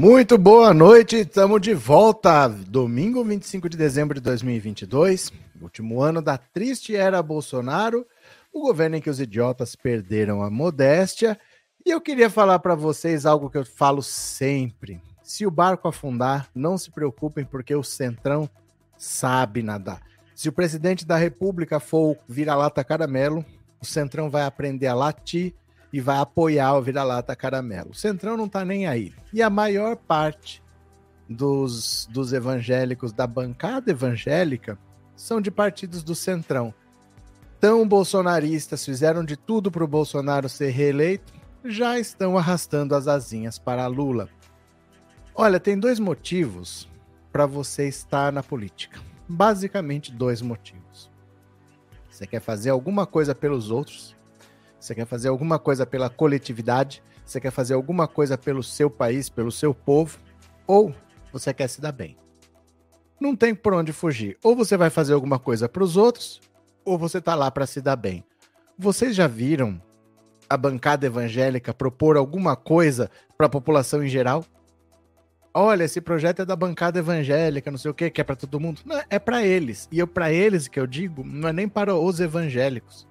Muito boa noite, estamos de volta. Domingo 25 de dezembro de 2022, último ano da triste era Bolsonaro, o governo em que os idiotas perderam a modéstia. E eu queria falar para vocês algo que eu falo sempre. Se o barco afundar, não se preocupem, porque o Centrão sabe nadar. Se o presidente da República for o vira-lata caramelo, o Centrão vai aprender a latir e vai apoiar o vira-lata caramelo. O Centrão não tá nem aí. E a maior parte dos evangélicos, da bancada evangélica, são de partidos do Centrão. Tão bolsonaristas, fizeram de tudo para o Bolsonaro ser reeleito, já estão arrastando as asinhas para Lula. Olha, tem dois motivos para você estar na política. Basicamente, dois motivos. Você quer fazer alguma coisa pelos outros, você quer fazer alguma coisa pela coletividade, você quer fazer alguma coisa pelo seu país, pelo seu povo, ou você quer se dar bem. Não tem por onde fugir. Ou você vai fazer alguma coisa para os outros, ou você está lá para se dar bem. Vocês já viram a bancada evangélica propor alguma coisa para a população em geral? Olha, esse projeto é da bancada evangélica, não sei o que é para todo mundo. Não, é para eles. E para eles que eu digo, não é nem para os evangélicos.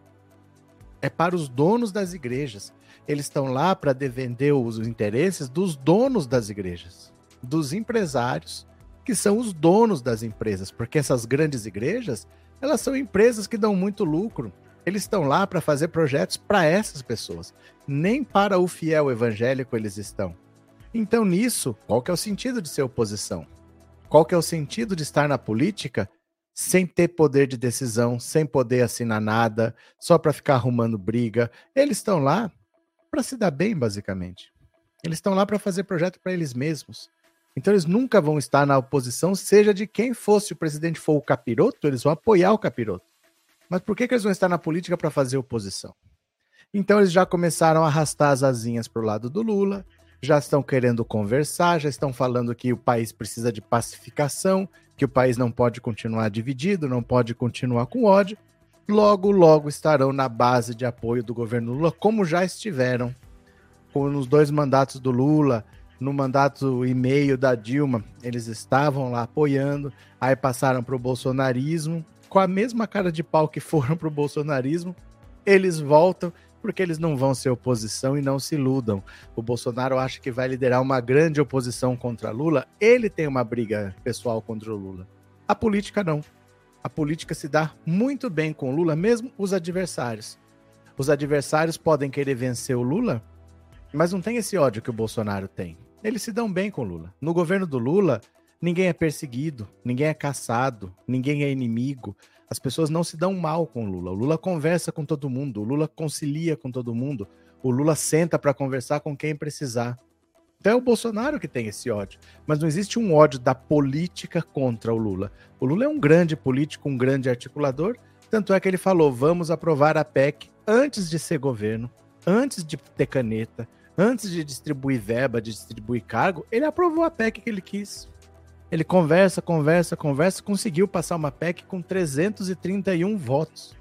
É para os donos das igrejas. Eles estão lá para defender os interesses dos donos das igrejas, dos empresários, que são os donos das empresas, porque essas grandes igrejas, elas são empresas que dão muito lucro. Eles estão lá para fazer projetos para essas pessoas, nem para o fiel evangélico eles estão. Então nisso, qual que é o sentido de ser oposição? Qual que é o sentido de estar na política sem ter poder de decisão, sem poder assinar nada, só para ficar arrumando briga? Eles estão lá para se dar bem, basicamente. Eles estão lá para fazer projeto para eles mesmos. Então eles nunca vão estar na oposição, seja de quem fosse. Se o presidente for o capiroto, eles vão apoiar o capiroto. Mas por que eles vão estar na política para fazer oposição? Então eles já começaram a arrastar as asinhas para o lado do Lula, já estão querendo conversar, já estão falando que o país precisa de pacificação, que o país não pode continuar dividido, não pode continuar com ódio. Logo, logo estarão na base de apoio do governo Lula, como já estiveram nos dois mandatos do Lula, no mandato e meio da Dilma. Eles estavam lá apoiando, aí passaram para o bolsonarismo, com a mesma cara de pau que foram para o bolsonarismo, eles voltam, porque eles não vão ser oposição e não se iludam. O Bolsonaro acha que vai liderar uma grande oposição contra Lula, ele tem uma briga pessoal contra o Lula. A política não. A política se dá muito bem com o Lula, mesmo os adversários. Os adversários podem querer vencer o Lula, mas não tem esse ódio que o Bolsonaro tem. Eles se dão bem com o Lula. No governo do Lula, ninguém é perseguido, ninguém é caçado, ninguém é inimigo. As pessoas não se dão mal com o Lula. O Lula conversa com todo mundo, o Lula concilia com todo mundo, o Lula senta para conversar com quem precisar. Então é o Bolsonaro que tem esse ódio. Mas não existe um ódio da política contra o Lula. O Lula é um grande político, um grande articulador, tanto é que ele falou, vamos aprovar a PEC antes de ser governo, antes de ter caneta, antes de distribuir verba, de distribuir cargo, ele aprovou a PEC que ele quis. Ele conversa, conseguiu passar uma PEC com 331 votos.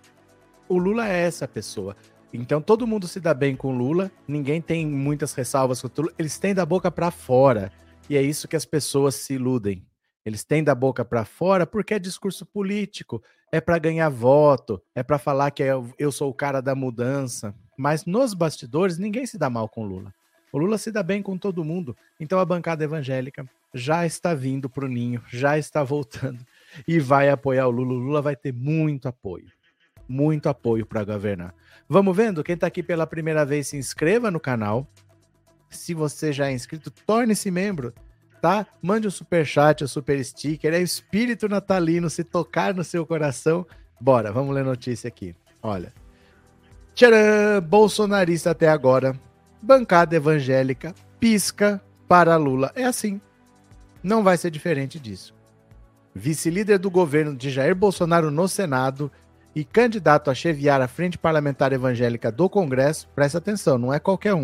O Lula é essa pessoa. Então todo mundo se dá bem com o Lula, ninguém tem muitas ressalvas contra o Lula, eles têm da boca para fora. E é isso que as pessoas se iludem. Eles têm da boca para fora porque é discurso político, é para ganhar voto, é para falar que eu sou o cara da mudança. Mas nos bastidores ninguém se dá mal com o Lula. O Lula se dá bem com todo mundo. Então a bancada evangélica já está vindo para o ninho, já está voltando e vai apoiar o Lula. O Lula vai ter muito apoio para governar. Vamos vendo? Quem está aqui pela primeira vez, se inscreva no canal. Se você já é inscrito, torne-se membro, tá? Mande um superchat, um super sticker, é o espírito natalino, se tocar no seu coração. Bora, vamos ler notícia aqui. Olha, tcharam, bolsonarista até agora, bancada evangélica pisca para Lula. É assim. Não vai ser diferente disso. Vice-líder do governo de Jair Bolsonaro no Senado e candidato a chefiar a Frente Parlamentar Evangélica do Congresso, presta atenção, não é qualquer um.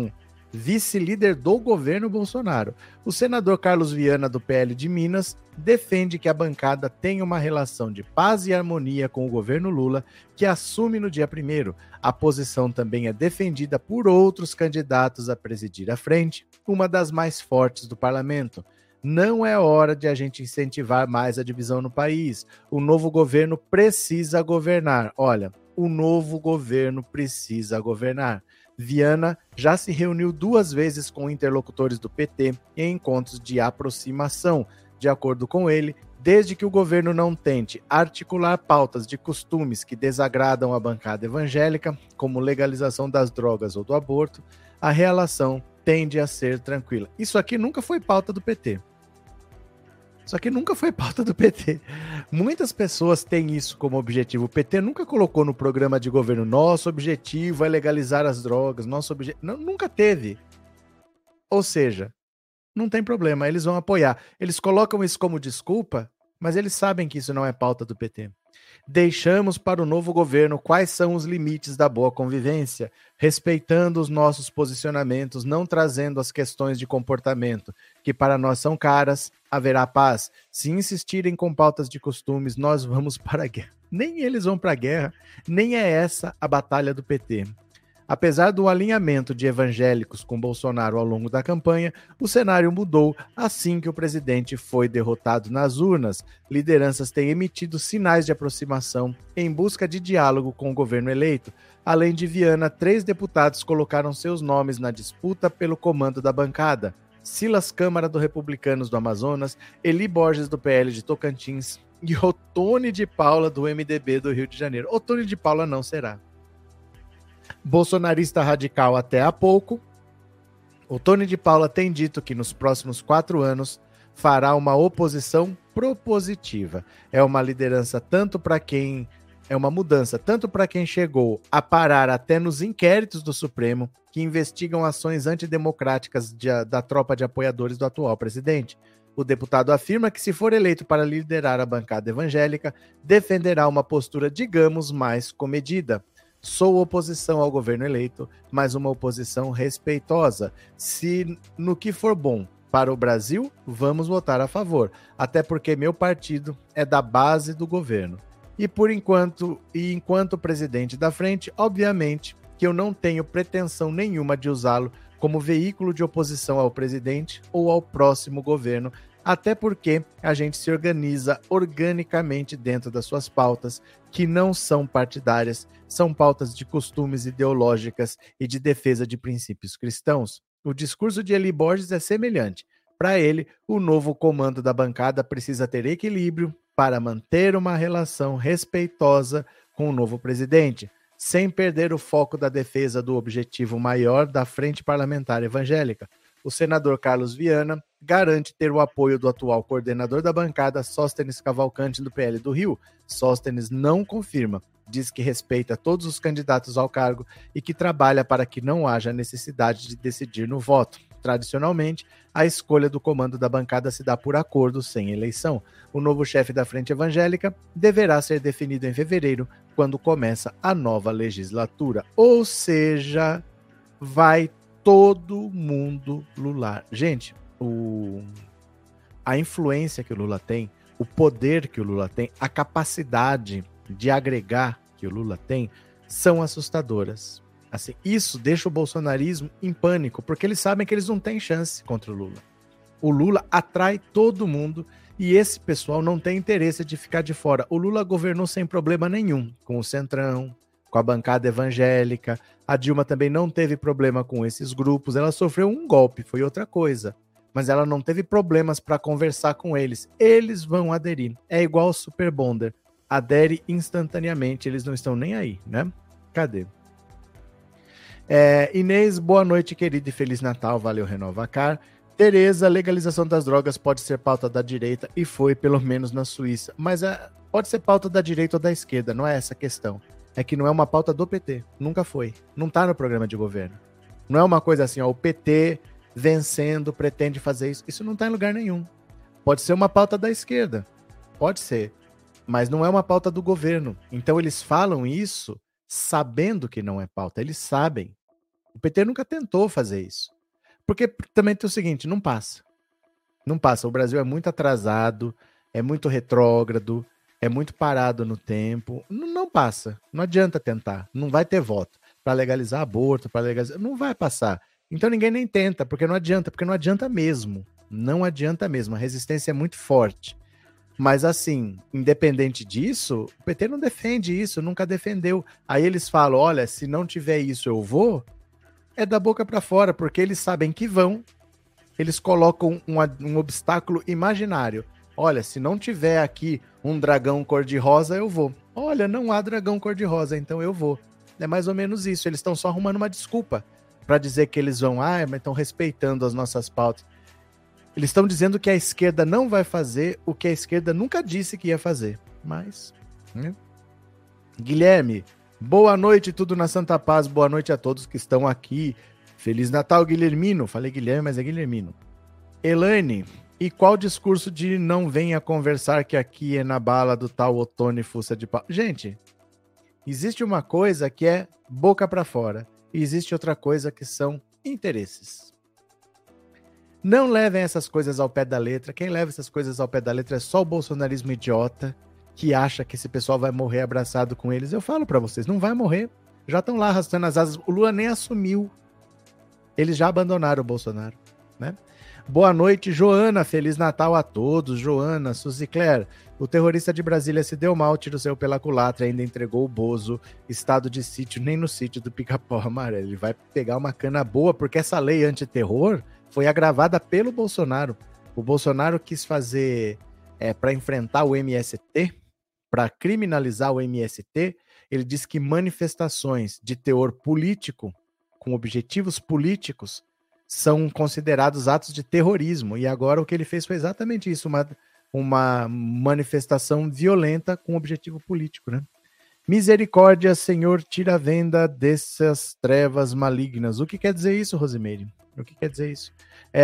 vice-líder do governo Bolsonaro. O senador Carlos Viana, do PL de Minas, defende que a bancada tem uma relação de paz e harmonia com o governo Lula, que assume no dia 1º. A posição também é defendida por outros candidatos a presidir a frente, uma das mais fortes do parlamento. Não é hora de a gente incentivar mais a divisão no país. O novo governo precisa governar. Olha, o novo governo precisa governar. Viana já se reuniu 2 vezes com interlocutores do PT em encontros de aproximação. De acordo com ele, desde que o governo não tente articular pautas de costumes que desagradam a bancada evangélica, como legalização das drogas ou do aborto, a relação tende a ser tranquila. Isso aqui nunca foi pauta do PT. Isso aqui nunca foi pauta do PT. Muitas pessoas têm isso como objetivo. O PT nunca colocou no programa de governo: nosso objetivo é legalizar as drogas, nunca teve. Ou seja, não tem problema, eles vão apoiar. Eles colocam isso como desculpa, mas eles sabem que isso não é pauta do PT. Deixamos para o novo governo quais são os limites da boa convivência, respeitando os nossos posicionamentos, não trazendo as questões de comportamento, que para nós são caras, haverá paz. Se insistirem com pautas de costumes, nós vamos para a guerra. Nem eles vão para a guerra, nem é essa a batalha do PT. Apesar do alinhamento de evangélicos com Bolsonaro ao longo da campanha, o cenário mudou assim que o presidente foi derrotado nas urnas. Lideranças têm emitido sinais de aproximação em busca de diálogo com o governo eleito. Além de Viana, 3 deputados colocaram seus nomes na disputa pelo comando da bancada: Silas Câmara, do Republicanos do Amazonas, Eli Borges, do PL de Tocantins, e Ottoni de Paula, do MDB do Rio de Janeiro. Ottoni de Paula não será bolsonarista radical até há pouco. Ottoni de Paula tem dito que nos próximos 4 anos fará uma oposição propositiva. É uma liderança tanto para quem... É uma mudança tanto para quem chegou a parar até nos inquéritos do Supremo, que investigam ações antidemocráticas da tropa de apoiadores do atual presidente. O deputado afirma que, se for eleito para liderar a bancada evangélica, defenderá uma postura, digamos, mais comedida. Sou oposição ao governo eleito, mas uma oposição respeitosa. Se no que for bom para o Brasil, vamos votar a favor, até porque meu partido é da base do governo. Enquanto presidente da frente, obviamente que eu não tenho pretensão nenhuma de usá-lo como veículo de oposição ao presidente ou ao próximo governo, até porque a gente se organiza organicamente dentro das suas pautas, que não são partidárias, são pautas de costumes ideológicas e de defesa de princípios cristãos. O discurso de Eli Borges é semelhante. Para ele, o novo comando da bancada precisa ter equilíbrio para manter uma relação respeitosa com o novo presidente, sem perder o foco da defesa do objetivo maior da Frente Parlamentar Evangélica. O senador Carlos Viana garante ter o apoio do atual coordenador da bancada, Sóstenes Cavalcante, do PL do Rio. Sóstenes não confirma, diz que respeita todos os candidatos ao cargo e que trabalha para que não haja necessidade de decidir no voto. Tradicionalmente, a escolha do comando da bancada se dá por acordo, sem eleição. O novo chefe da Frente Evangélica deverá ser definido em fevereiro, quando começa a nova legislatura. Ou seja, vai todo mundo lular. Gente, a influência que o Lula tem, o poder que o Lula tem, a capacidade de agregar que o Lula tem, são assustadoras. Assim, isso deixa o bolsonarismo em pânico, porque eles sabem que eles não têm chance contra o Lula. O Lula atrai todo mundo e esse pessoal não tem interesse de ficar de fora. O Lula governou sem problema nenhum, com o Centrão, com a bancada evangélica. A Dilma também não teve problema com esses grupos. Ela sofreu um golpe, foi outra coisa. Mas ela não teve problemas para conversar com eles. Eles vão aderir. É igual o Super Bonder. Adere instantaneamente, eles não estão nem aí, né? Cadê? Inês, boa noite, querida, e Feliz Natal. Valeu, Renovacar. Tereza, legalização das drogas pode ser pauta da direita e foi, pelo menos na Suíça. Mas pode ser pauta da direita ou da esquerda, não é essa a questão. É que não é uma pauta do PT, nunca foi. Não tá no programa de governo. Não é uma coisa assim, ó, o PT vencendo pretende fazer isso. Isso não tá em lugar nenhum. Pode ser uma pauta da esquerda, pode ser, mas não é uma pauta do governo. Então eles falam isso sabendo que não é pauta, eles sabem. O PT nunca tentou fazer isso. Porque também tem o seguinte, não passa. Não passa. O Brasil é muito atrasado, é muito retrógrado, é muito parado no tempo. Não passa. Não adianta tentar. Não vai ter voto para legalizar aborto, para legalizar... Não vai passar. Então ninguém nem tenta, porque não adianta mesmo. Não adianta mesmo. A resistência é muito forte. Mas assim, independente disso, o PT não defende isso, nunca defendeu. Aí eles falam, olha, se não tiver isso eu vou, é da boca para fora, porque eles sabem que vão, eles colocam um obstáculo imaginário. Olha, se não tiver aqui um dragão cor-de-rosa, eu vou. Olha, não há dragão cor-de-rosa, então eu vou. É mais ou menos isso, eles estão só arrumando uma desculpa para dizer que eles vão, mas estão respeitando as nossas pautas. Eles estão dizendo que a esquerda não vai fazer o que a esquerda nunca disse que ia fazer. Mas, né? Guilherme, boa noite, tudo na Santa Paz. Boa noite a todos que estão aqui. Feliz Natal, Guilhermino. Falei Guilherme, mas é Guilhermino. Elaine, e qual discurso de não venha conversar que aqui é na bala do tal Otone Fuça de Pau? Gente, existe uma coisa que é boca para fora. E existe outra coisa que são interesses. Não levem essas coisas ao pé da letra. Quem leva essas coisas ao pé da letra é só o bolsonarismo idiota que acha que esse pessoal vai morrer abraçado com eles. Eu falo pra vocês, não vai morrer. Já estão lá arrastando as asas. O Lula nem assumiu. Eles já abandonaram o Bolsonaro, né? Boa noite, Joana. Feliz Natal a todos. Joana, Suzy Claire. O terrorista de Brasília se deu mal, tiro seu pela culatra, ainda entregou o Bozo. Estado de sítio, nem no sítio do Pica-Pau Amarelo. Ele vai pegar uma cana boa, porque essa lei antiterror foi agravada pelo Bolsonaro. O Bolsonaro quis fazer, para enfrentar o MST, para criminalizar o MST, ele disse que manifestações de teor político, com objetivos políticos, são considerados atos de terrorismo. E agora o que ele fez foi exatamente isso, uma manifestação violenta com objetivo político, né? Misericórdia, Senhor, tira a venda dessas trevas malignas. O que quer dizer isso, Rosimeire? O que quer dizer isso?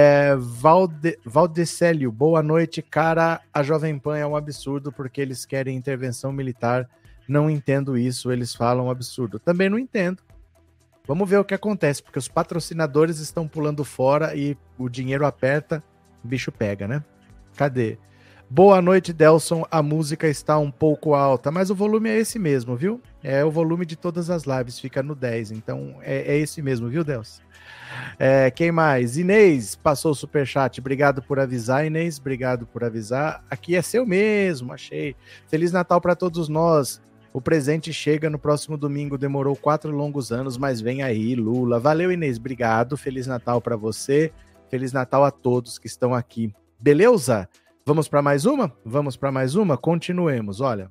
Valdecélio, boa noite. Cara, a Jovem Pan é um absurdo porque eles querem intervenção militar. Não entendo isso, eles falam absurdo. Também não entendo. Vamos ver o que acontece, porque os patrocinadores estão pulando fora e o dinheiro aperta, o bicho pega, né? Cadê? Boa noite, Delson. A música está um pouco alta, mas o volume é esse mesmo, viu? É o volume de todas as lives, fica no 10, então é esse mesmo, viu, Delson? Quem mais? Inês passou o superchat. Obrigado por avisar, Inês. Obrigado por avisar. Aqui é seu mesmo, achei. Feliz Natal para todos nós. O presente chega no próximo domingo. Demorou 4 longos anos, mas vem aí, Lula. Valeu, Inês. Obrigado. Feliz Natal para você. Feliz Natal a todos que estão aqui. Beleza? Vamos para mais uma? Vamos para mais uma? Continuemos, olha.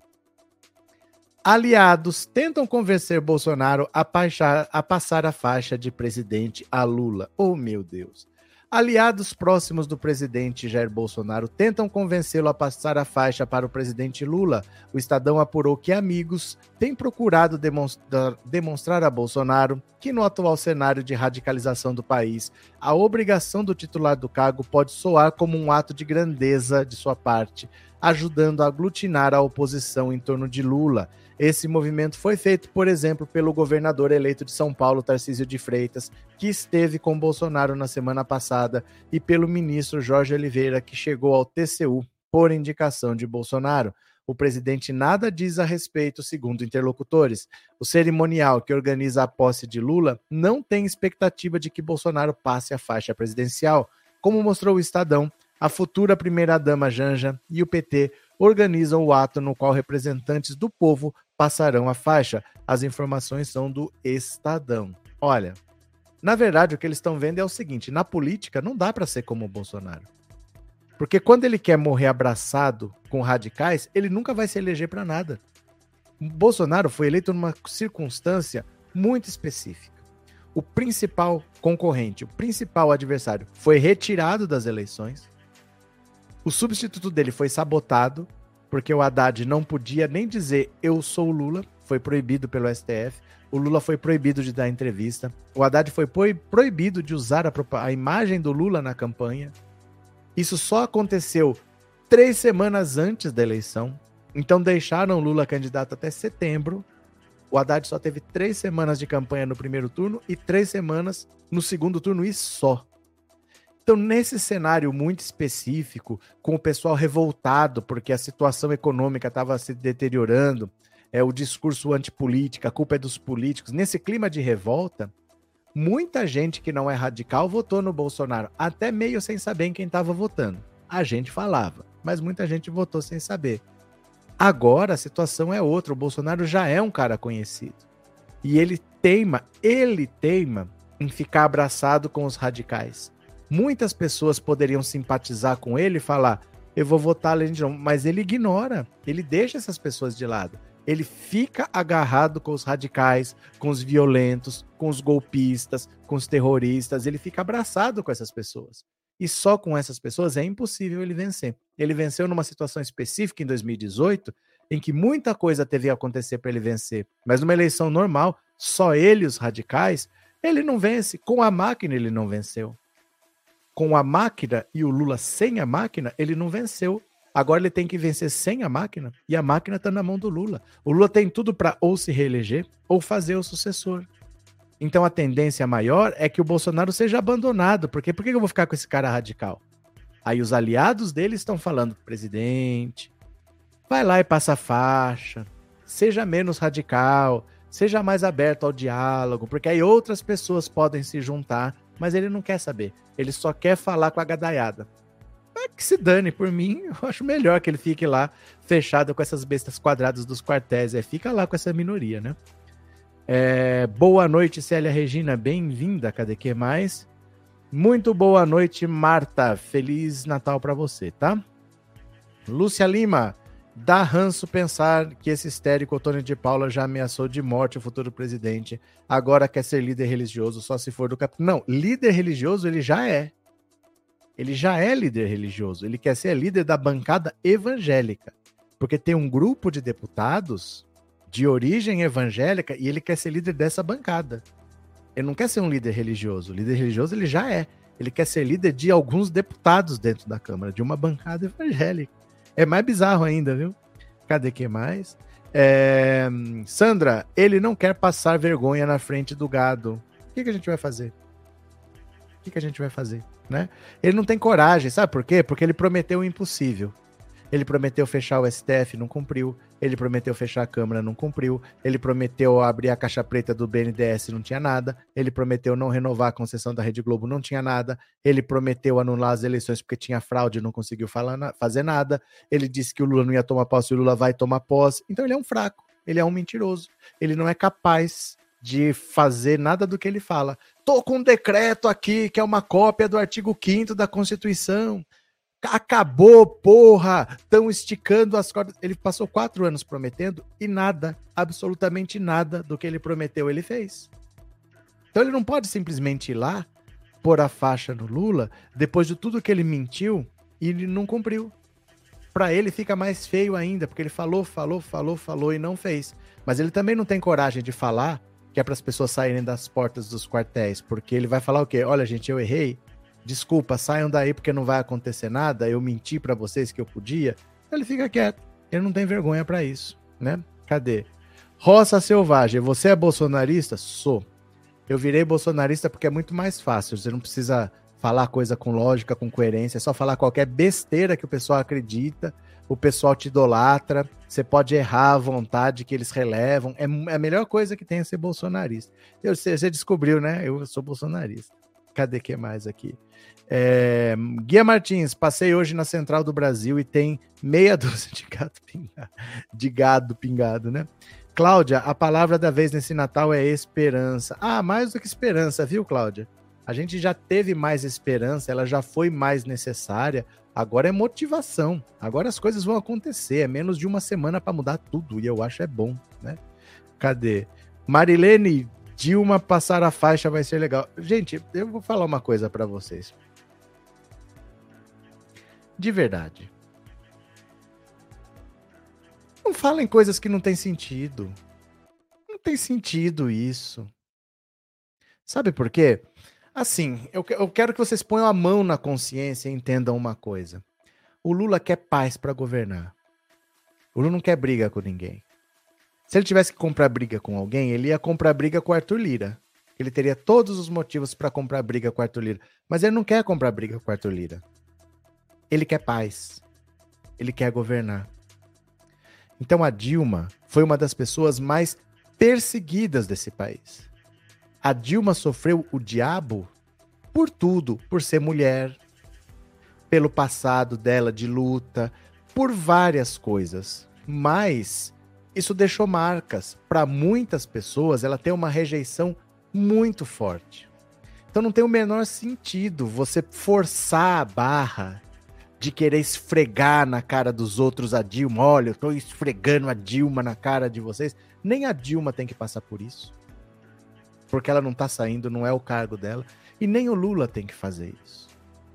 Aliados tentam convencer Bolsonaro a passar a faixa de presidente a Lula. Oh, meu Deus. Aliados próximos do presidente Jair Bolsonaro tentam convencê-lo a passar a faixa para o presidente Lula. O Estadão apurou que amigos têm procurado demonstrar a Bolsonaro que no atual cenário de radicalização do país, a obrigação do titular do cargo pode soar como um ato de grandeza de sua parte, ajudando a aglutinar a oposição em torno de Lula. Esse movimento foi feito, por exemplo, pelo governador eleito de São Paulo, Tarcísio de Freitas, que esteve com Bolsonaro na semana passada, e pelo ministro Jorge Oliveira, que chegou ao TCU por indicação de Bolsonaro. O presidente nada diz a respeito, segundo interlocutores. O cerimonial que organiza a posse de Lula não tem expectativa de que Bolsonaro passe a faixa presidencial. Como mostrou o Estadão, a futura primeira-dama Janja e o PT organizam o ato no qual representantes do povo passarão a faixa. As informações são do Estadão. Olha, na verdade o que eles estão vendo é o seguinte, na política não dá para ser como o Bolsonaro. Porque quando ele quer morrer abraçado com radicais, ele nunca vai se eleger para nada. O Bolsonaro foi eleito numa circunstância muito específica. O principal concorrente, o principal adversário foi retirado das eleições. O substituto dele foi sabotado, porque o Haddad não podia nem dizer eu sou o Lula, foi proibido pelo STF. O Lula foi proibido de dar entrevista. O Haddad foi proibido de usar a imagem do Lula na campanha. Isso só aconteceu 3 semanas antes da eleição. Então deixaram o Lula candidato até setembro. O Haddad só teve 3 semanas de campanha no primeiro turno e 3 semanas no segundo turno e só. Então, nesse cenário muito específico, com o pessoal revoltado, porque a situação econômica estava se deteriorando, o discurso antipolítica, a culpa é dos políticos, nesse clima de revolta, muita gente que não é radical votou no Bolsonaro, até meio sem saber em quem estava votando. A gente falava, mas muita gente votou sem saber. Agora a situação é outra, o Bolsonaro já é um cara conhecido. E ele teima em ficar abraçado com os radicais. Muitas pessoas poderiam simpatizar com ele e falar, eu vou votar além de não, mas ele ignora, ele deixa essas pessoas de lado. Ele fica agarrado com os radicais, com os violentos, com os golpistas, com os terroristas, ele fica abraçado com essas pessoas. E só com essas pessoas é impossível ele vencer. Ele venceu numa situação específica em 2018, em que muita coisa teve a acontecer para ele vencer. Mas numa eleição normal, só ele e os radicais, ele não vence. Com a máquina ele não venceu. Com a máquina e o Lula sem a máquina, ele não venceu. Agora ele tem que vencer sem a máquina, e a máquina está na mão do Lula. O Lula tem tudo para ou se reeleger ou fazer o sucessor. Então a tendência maior é que o Bolsonaro seja abandonado. Porque por que eu vou ficar com esse cara radical? Aí os aliados dele estão falando, presidente, vai lá e passa a faixa, seja menos radical, seja mais aberto ao diálogo, porque aí outras pessoas podem se juntar, mas ele não quer saber. Ele só quer falar com a gadaiada. Que se dane, por mim, eu acho melhor que ele fique lá fechado com essas bestas quadradas dos quartéis. Fica lá com essa minoria, né? Boa noite, Célia Regina, bem-vinda, cadê que mais? Muito boa noite, Marta, Feliz Natal pra você, tá? Lúcia Lima, dá ranço pensar que esse histérico Otônio de Paula já ameaçou de morte o futuro presidente, agora quer ser líder religioso só se for do Não, líder religioso ele já é. Ele já é líder religioso, ele quer ser líder da bancada evangélica, porque tem um grupo de deputados de origem evangélica e ele quer ser líder dessa bancada. Ele não quer ser um líder religioso, o líder religioso ele já é. Ele quer ser líder de alguns deputados dentro da Câmara, de uma bancada evangélica. É mais bizarro ainda, viu? Cadê que mais? Sandra, ele não quer passar vergonha na frente do gado. O que a gente vai fazer? O que a gente vai fazer? Né? Ele não tem coragem, sabe por quê? Porque ele prometeu o impossível. Ele prometeu fechar o STF, não cumpriu. Ele prometeu fechar a Câmara, não cumpriu. Ele prometeu abrir a caixa preta do BNDES, não tinha nada. Ele prometeu não renovar a concessão da Rede Globo, não tinha nada. Ele prometeu anular as eleições porque tinha fraude, não conseguiu fazer nada. Ele disse que o Lula não ia tomar posse, o Lula vai tomar posse. Então ele é um fraco, ele é um mentiroso. Ele não é capaz de fazer nada do que ele fala. Tô com um decreto aqui, que é uma cópia do artigo 5º da Constituição. Acabou, porra! Estão esticando as cordas. Ele passou 4 anos prometendo e nada, absolutamente nada do que ele prometeu ele fez. Então ele não pode simplesmente ir lá, pôr a faixa no Lula, depois de tudo que ele mentiu e ele não cumpriu. Para ele fica mais feio ainda, porque ele falou e não fez. Mas ele também não tem coragem de falar que é para as pessoas saírem das portas dos quartéis, porque ele vai falar o quê? Olha, gente, eu errei. Desculpa, saiam daí porque não vai acontecer nada, eu menti pra vocês que eu podia. Ele fica quieto, ele não tem vergonha pra isso, né? Cadê? Roça Selvagem, você é bolsonarista? Sou. Eu virei bolsonarista porque é muito mais fácil, você não precisa falar coisa com lógica, com coerência, é só falar qualquer besteira que o pessoal acredita, o pessoal te idolatra, você pode errar à vontade que eles relevam, é a melhor coisa que tem é ser bolsonarista. Você descobriu, né? Eu sou bolsonarista. Cadê que mais aqui? Guia Martins, passei hoje na Central do Brasil e tem meia dúzia de gado pingado, né? Cláudia, a palavra da vez nesse Natal é esperança. Ah, mais do que esperança, viu, Cláudia? A gente já teve mais esperança, ela já foi mais necessária, agora é motivação. Agora as coisas vão acontecer, é menos de uma semana para mudar tudo, e eu acho é bom, né? Cadê? Marilene, Dilma passar a faixa vai ser legal. Gente, eu vou falar uma coisa para vocês. De verdade. Não falem coisas que não tem sentido. Não tem sentido isso. Sabe por quê? Assim, eu quero que vocês ponham a mão na consciência e entendam uma coisa. O Lula quer paz para governar. O Lula não quer briga com ninguém. Se ele tivesse que comprar briga com alguém, ele ia comprar briga com o Arthur Lira. Ele teria todos os motivos para comprar briga com o Arthur Lira. Mas ele não quer comprar briga com o Arthur Lira. Ele quer paz. Ele quer governar. Então a Dilma foi uma das pessoas mais perseguidas desse país. A Dilma sofreu o diabo por tudo, por ser mulher, pelo passado dela de luta, por várias coisas. Mas isso deixou marcas. Para muitas pessoas, ela tem uma rejeição muito forte. Então não tem o menor sentido você forçar a barra de querer esfregar na cara dos outros a Dilma. Olha, eu tô esfregando a Dilma na cara de vocês. Nem a Dilma tem que passar por isso. Porque ela não tá saindo, não é o cargo dela. E nem o Lula tem que fazer isso.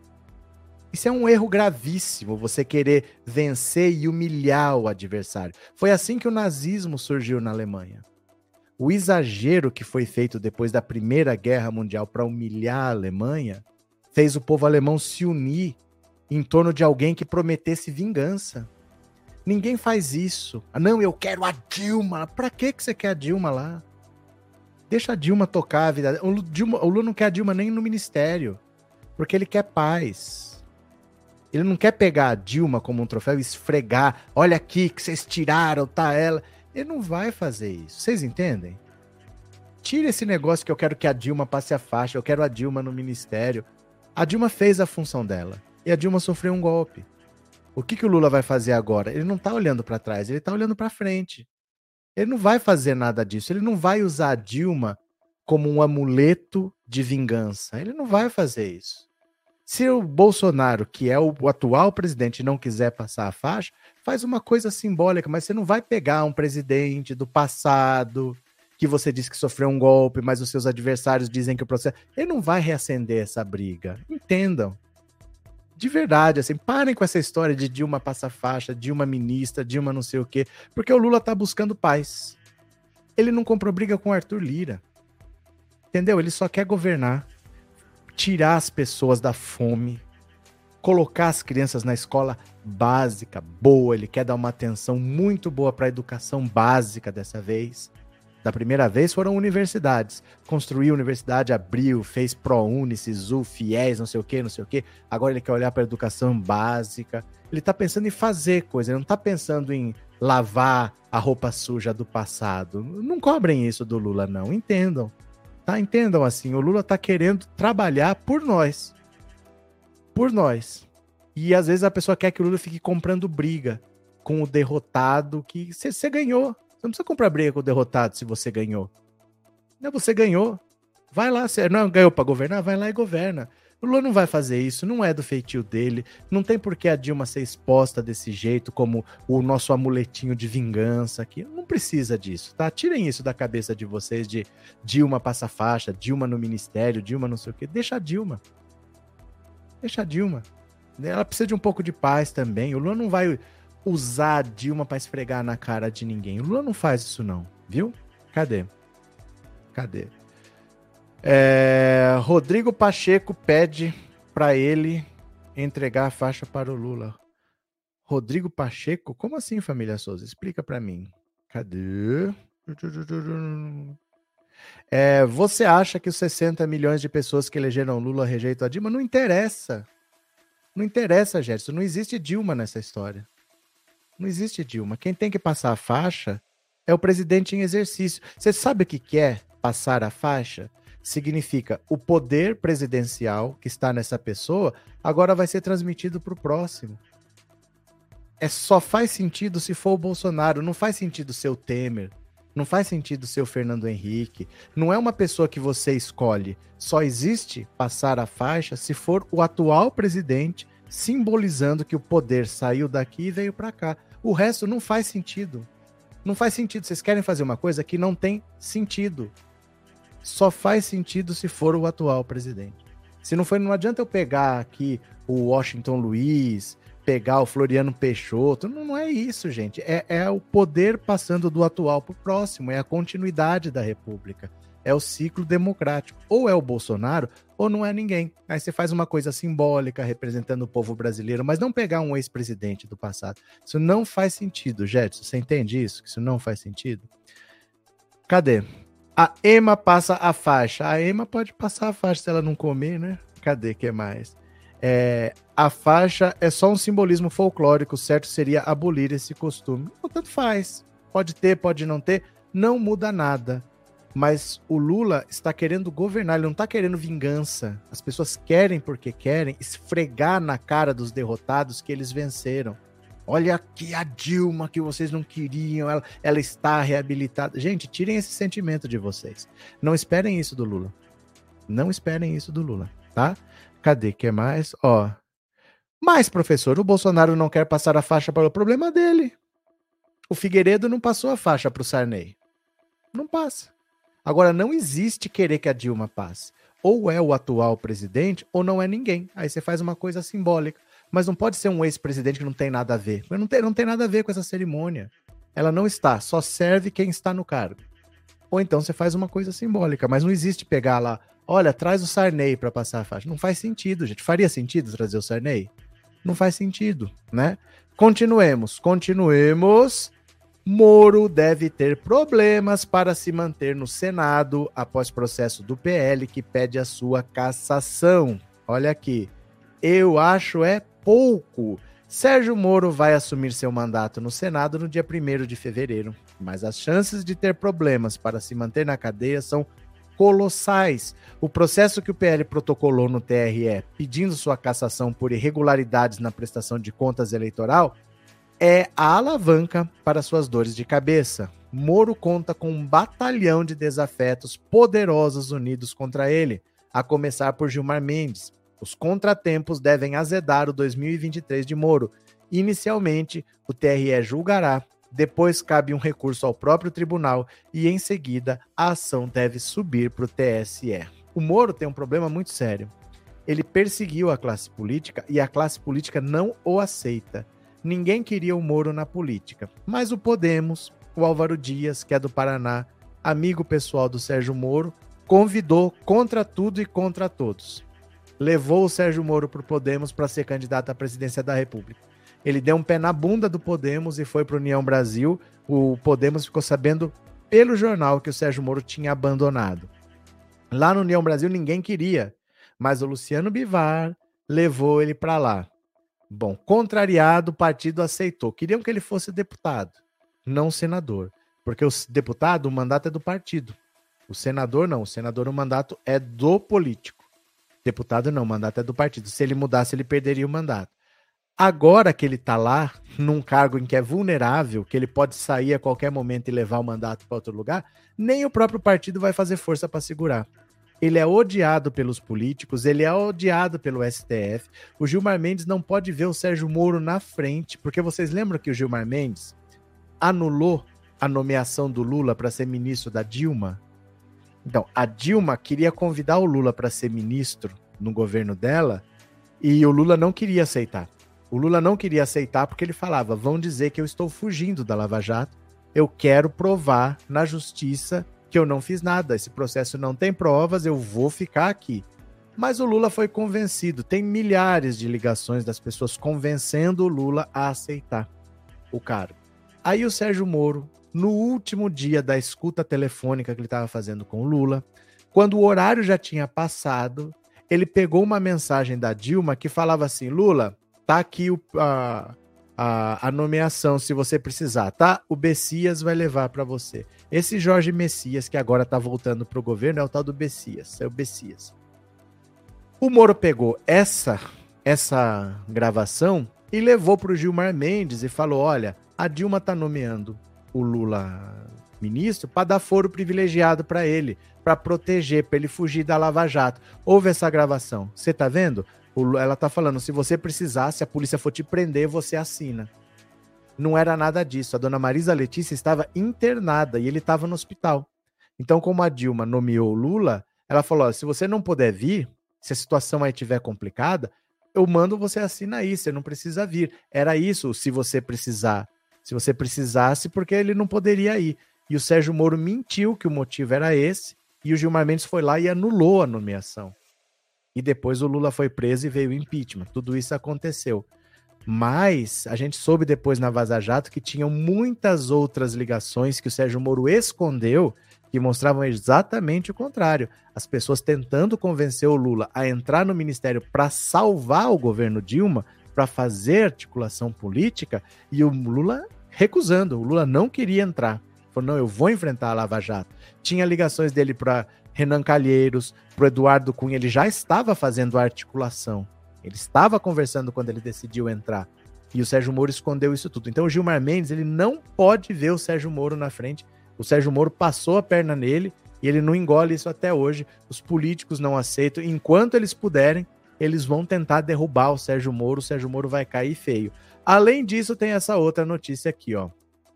Isso é um erro gravíssimo, você querer vencer e humilhar o adversário. Foi assim que o nazismo surgiu na Alemanha. O exagero que foi feito depois da Primeira Guerra Mundial para humilhar a Alemanha fez o povo alemão se unir em torno de alguém que prometesse vingança. Ninguém faz isso. Ah, não, eu quero a Dilma. Pra que você quer a Dilma lá? Deixa a Dilma tocar a vida. O Lula não quer a Dilma nem no ministério, porque ele quer paz. Ele não quer pegar a Dilma como um troféu e esfregar. Olha aqui que vocês tiraram, tá ela. Ele não vai fazer isso. Vocês entendem? Tira esse negócio que eu quero que a Dilma passe a faixa, eu quero a Dilma no ministério. A Dilma fez a função dela. E a Dilma sofreu um golpe. O que o Lula vai fazer agora? Ele não tá olhando para trás, ele tá olhando para frente. Ele não vai fazer nada disso. Ele não vai usar a Dilma como um amuleto de vingança. Ele não vai fazer isso. Se o Bolsonaro, que é o atual presidente, não quiser passar a faixa, faz uma coisa simbólica, mas você não vai pegar um presidente do passado, que você disse que sofreu um golpe, mas os seus adversários dizem que o processo... Ele não vai reacender essa briga. Entendam. De verdade, assim, parem com essa história de Dilma passa faixa, Dilma ministra, Dilma não sei o quê, porque o Lula tá buscando paz. Ele não comprou briga com o Arthur Lira. Entendeu? Ele só quer governar. Tirar as pessoas da fome, colocar as crianças na escola básica, boa, ele quer dar uma atenção muito boa para a educação básica dessa vez. Da primeira vez foram universidades, construiu universidade, abriu, fez ProUni, SISU, FIES, não sei o quê, agora ele quer olhar para a educação básica, ele está pensando em fazer coisa, ele não está pensando em lavar a roupa suja do passado. Não cobrem isso do Lula não, entendam. Tá? Entendam assim, o Lula tá querendo trabalhar por nós. Por nós. E às vezes a pessoa quer que o Lula fique comprando briga com o derrotado, que você ganhou. Você não precisa comprar briga com o derrotado se você ganhou. Não, você ganhou. Vai lá, você não ganhou pra governar? Vai lá e governa. O Lula não vai fazer isso, não é do feitio dele, não tem por que a Dilma ser exposta desse jeito, como o nosso amuletinho de vingança aqui. Não precisa disso, tá? Tirem isso da cabeça de vocês de Dilma passa faixa, Dilma no ministério, Dilma não sei o quê. Deixa a Dilma. Deixa a Dilma. Ela precisa de um pouco de paz também. O Lula não vai usar a Dilma pra esfregar na cara de ninguém. O Lula não faz isso não, viu? Cadê? Rodrigo Pacheco pede para ele entregar a faixa para o Lula. Rodrigo Pacheco? Como assim, família Souza? Explica para mim. Cadê? Você acha que os 60 milhões de pessoas que elegeram Lula rejeitam a Dilma? Não interessa. Não interessa, Gerson. Não existe Dilma nessa história. Não existe Dilma. Quem tem que passar a faixa é o presidente em exercício. Você sabe o que é passar a faixa? Significa o poder presidencial que está nessa pessoa agora vai ser transmitido para o próximo. Só faz sentido se for o Bolsonaro, não faz sentido ser o Temer, não faz sentido ser o Fernando Henrique, não é uma pessoa que você escolhe, só existe passar a faixa se for o atual presidente, simbolizando que o poder saiu daqui e veio para cá. O resto não faz sentido. Não faz sentido, vocês querem fazer uma coisa que não tem sentido. Só faz sentido se for o atual presidente. Se não for, não adianta eu pegar aqui o Washington Luiz, pegar o Floriano Peixoto. Não é isso, gente. É o poder passando do atual para o próximo. É a continuidade da República. É o ciclo democrático. Ou é o Bolsonaro, ou não é ninguém. Aí você faz uma coisa simbólica, representando o povo brasileiro, mas não pegar um ex-presidente do passado. Isso não faz sentido, Jetson. Você entende isso? Que isso não faz sentido? Cadê? A Ema passa a faixa. A Ema pode passar a faixa se ela não comer, né? Cadê que mais? A faixa é só um simbolismo folclórico, certo seria abolir esse costume. Tanto faz. Pode ter, pode não ter, não muda nada. Mas o Lula está querendo governar, ele não está querendo vingança. As pessoas querem porque querem esfregar na cara dos derrotados que eles venceram. Olha aqui a Dilma que vocês não queriam, ela está reabilitada. Gente, tirem esse sentimento de vocês. Não esperem isso do Lula. Não esperem isso do Lula, tá? Cadê? Que mais? Ó. Mas, professor, o Bolsonaro não quer passar a faixa para o problema dele. O Figueiredo não passou a faixa para o Sarney. Não passa. Agora, não existe querer que a Dilma passe. Ou é o atual presidente, ou não é ninguém. Aí você faz uma coisa simbólica. Mas não pode ser um ex-presidente que não tem nada a ver. Não tem nada a ver com essa cerimônia. Ela não está, só serve quem está no cargo. Ou então você faz uma coisa simbólica, mas não existe pegar lá, olha, traz o Sarney para passar a faixa. Não faz sentido, gente. Faria sentido trazer o Sarney? Não faz sentido, né? Continuemos. Moro deve ter problemas para se manter no Senado após processo do PL que pede a sua cassação. Olha aqui. Eu acho pouco. Sérgio Moro vai assumir seu mandato no Senado no dia 1º de fevereiro, mas as chances de ter problemas para se manter na cadeia são colossais. O processo que o PL protocolou no TRE, pedindo sua cassação por irregularidades na prestação de contas eleitoral, é a alavanca para suas dores de cabeça. Moro conta com um batalhão de desafetos poderosos unidos contra ele, a começar por Gilmar Mendes. Os contratempos devem azedar o 2023 de Moro. Inicialmente, o TRE julgará, depois cabe um recurso ao próprio tribunal e, em seguida, a ação deve subir para o TSE. O Moro tem um problema muito sério. Ele perseguiu a classe política e a classe política não o aceita. Ninguém queria o Moro na política, mas o Podemos, o Álvaro Dias, que é do Paraná, amigo pessoal do Sérgio Moro, convidou contra tudo e contra todos. Levou o Sérgio Moro para o Podemos para ser candidato à presidência da República. Ele deu um pé na bunda do Podemos e foi para a União Brasil. O Podemos ficou sabendo pelo jornal que o Sérgio Moro tinha abandonado. Lá no União Brasil ninguém queria, mas o Luciano Bivar levou ele para lá. Bom, contrariado, o partido aceitou. Queriam que ele fosse deputado, não senador. Porque o deputado, o mandato é do partido. O senador não, o mandato é do político. Deputado não, o mandato é do partido. Se ele mudasse, ele perderia o mandato. Agora que ele está lá, num cargo em que é vulnerável, que ele pode sair a qualquer momento e levar o mandato para outro lugar, nem o próprio partido vai fazer força para segurar. Ele é odiado pelos políticos, ele é odiado pelo STF. O Gilmar Mendes não pode ver o Sérgio Moro na frente, porque vocês lembram que o Gilmar Mendes anulou a nomeação do Lula para ser ministro da Dilma? Então, a Dilma queria convidar o Lula para ser ministro no governo dela e o Lula não queria aceitar. O Lula não queria aceitar porque ele falava, vão dizer que eu estou fugindo da Lava Jato, eu quero provar na justiça que eu não fiz nada, esse processo não tem provas, eu vou ficar aqui. Mas o Lula foi convencido, tem milhares de ligações das pessoas convencendo o Lula a aceitar o cargo. Aí o Sérgio Moro, no último dia da escuta telefônica que ele estava fazendo com o Lula, quando o horário já tinha passado, ele pegou uma mensagem da Dilma que falava assim, Lula, tá aqui a nomeação, se você precisar, tá? O Bessias vai levar para você. Esse Jorge Messias, que agora tá voltando pro governo, é o tal do Bessias, é o Bessias. O Moro pegou essa gravação e levou pro Gilmar Mendes e falou, olha, a Dilma tá nomeando o Lula ministro para dar foro privilegiado para ele, para proteger, para ele fugir da Lava Jato. Houve essa gravação, você tá vendo? Ela tá falando, se você precisar, se a polícia for te prender, você assina. Não era nada disso. A dona Marisa Letícia estava internada e ele estava no hospital. Então, como a Dilma nomeou o Lula, ela falou, ó, se você não puder vir, se a situação aí estiver complicada, eu mando você assina aí, você não precisa vir. Era isso, se você precisar. Se você precisasse, porque ele não poderia ir. E o Sérgio Moro mentiu que o motivo era esse, e o Gilmar Mendes foi lá e anulou a nomeação. E depois o Lula foi preso e veio o impeachment. Tudo isso aconteceu. Mas a gente soube depois na Vaza Jato que tinham muitas outras ligações que o Sérgio Moro escondeu, que mostravam exatamente o contrário. As pessoas tentando convencer o Lula a entrar no ministério para salvar o governo Dilma, para fazer articulação política, e o Lula recusando. O Lula não queria entrar. Falou, não, eu vou enfrentar a Lava Jato. Tinha ligações dele para Renan Calheiros, para o Eduardo Cunha. Ele já estava fazendo a articulação. Ele estava conversando quando ele decidiu entrar. E o Sérgio Moro escondeu isso tudo. Então o Gilmar Mendes, ele não pode ver o Sérgio Moro na frente. O Sérgio Moro passou a perna nele e ele não engole isso até hoje. Os políticos não aceitam. Enquanto eles puderem, eles vão tentar derrubar o Sérgio Moro vai cair feio. Além disso, tem essa outra notícia aqui, ó.